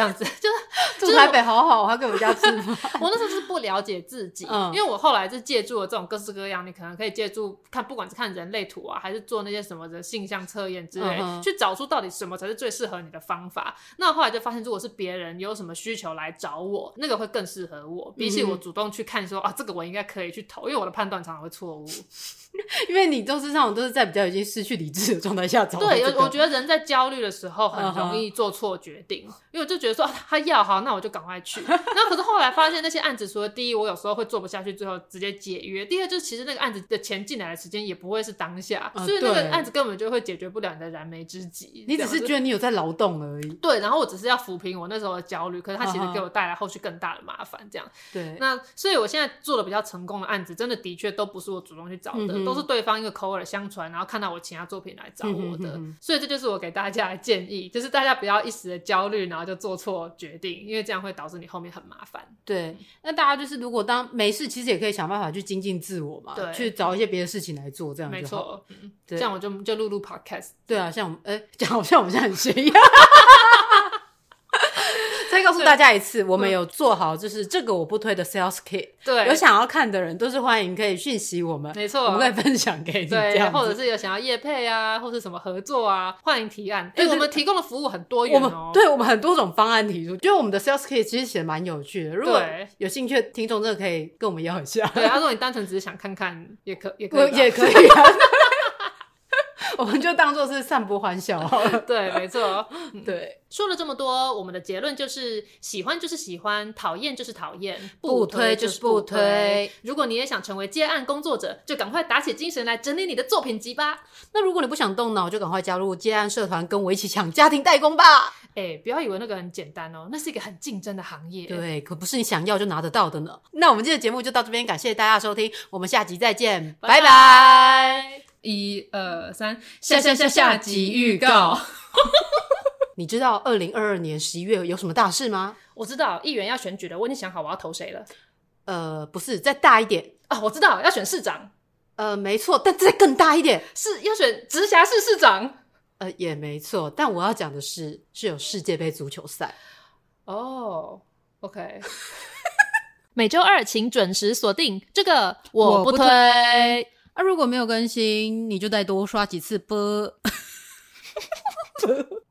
样子， 住台北好好，还给我们家吃饭。 我那时候就是不了解自己，因为我后来是借助了这种各式各样，你可能可以借助看，不管是看人类图啊，还是做那些什么的性向测验之类，去找出到底什么才是最适合你的方法。那后来就发现，如果是别人有什么需求来找我，那个会更适合我，比起我主动去看说这个我应该可以去投，因为我的判断常常会错误。 因为你都是那种都是在比较已经失去理智的状态下找、 对，我觉得人在焦虑的时候很容易做错决定，因为我就觉得说他要好，那我就赶快去。然后可是后来发现那些案子，除了第一我有时候会做不下去，最后直接解约；第二就是其实那个案子的钱进来的时间也不会是当下，所以那个案子根本就会解决不了你的燃眉之急。 你只是觉得你有在劳动而已。 对，然后我只是要抚平我那时候的焦虑，可是它其实给我带来后续更大的麻烦。这样， 对。 那所以我现在做的比较成功的案子，真的的确都不是我主动去找的，都是对方一个口耳相传，然后看到我其他作品来找我的。所以这就是我给大家的建议，就是大家不要一时的焦虑，然后就做错决定，因为这样会导致你后面很麻烦。 对，那大家就是如果当没事，其实也可以想办法去精进自我嘛，对，去找一些别的事情来做，这样就好。没错， 这样我就录 podcast。 对啊，像我们讲好像我们现在很闲一样。再告诉大家一次，我们有做好就是这个我不推的 sales kit， 对，有想要看的人都是欢迎可以讯息我们，没错，我们可以分享给你，对， 或者是有想要业配啊，或是什么合作啊，欢迎提案。我们提供的服务很多元哦， 对，我们很多种方案提出，就是我们的 sales kit 其实写得蛮有趣的，如果有兴趣的听众真的可以跟我们要一下。 对，如果你单纯只是想看看，也可以啊。我们就当作是散播欢笑好了。 对，没错。 对， 说了这么多，我们的结论就是喜欢就是喜欢，讨厌就是讨厌， 不推就是不推。 如果你也想成为接案工作者，就赶快打起精神来整理你的作品集吧。 那如果你不想动脑，就赶快加入接案社团，跟我一起抢家庭代工吧。 不要以为那个很简单哦，那是一个很竞争的行业。 对，可不是你想要就拿得到的呢。那我们今天的节目就到这边，感谢大家的收聽，我们下集再见，拜拜。 1、2、3，下集预告。 你知道2022年11月有什么大事吗？ 我知道，议员要选举了，我已经想好我要投谁了。不是，再大一点啊！我知道要选市长。 没错，但再更大一点， 是要选直辖市市长。 也没错，但我要讲的是有世界杯足球赛。 哦 ，OK。每周2请准时锁定这个我不推。 如果没有更新，你就再多刷几次啵。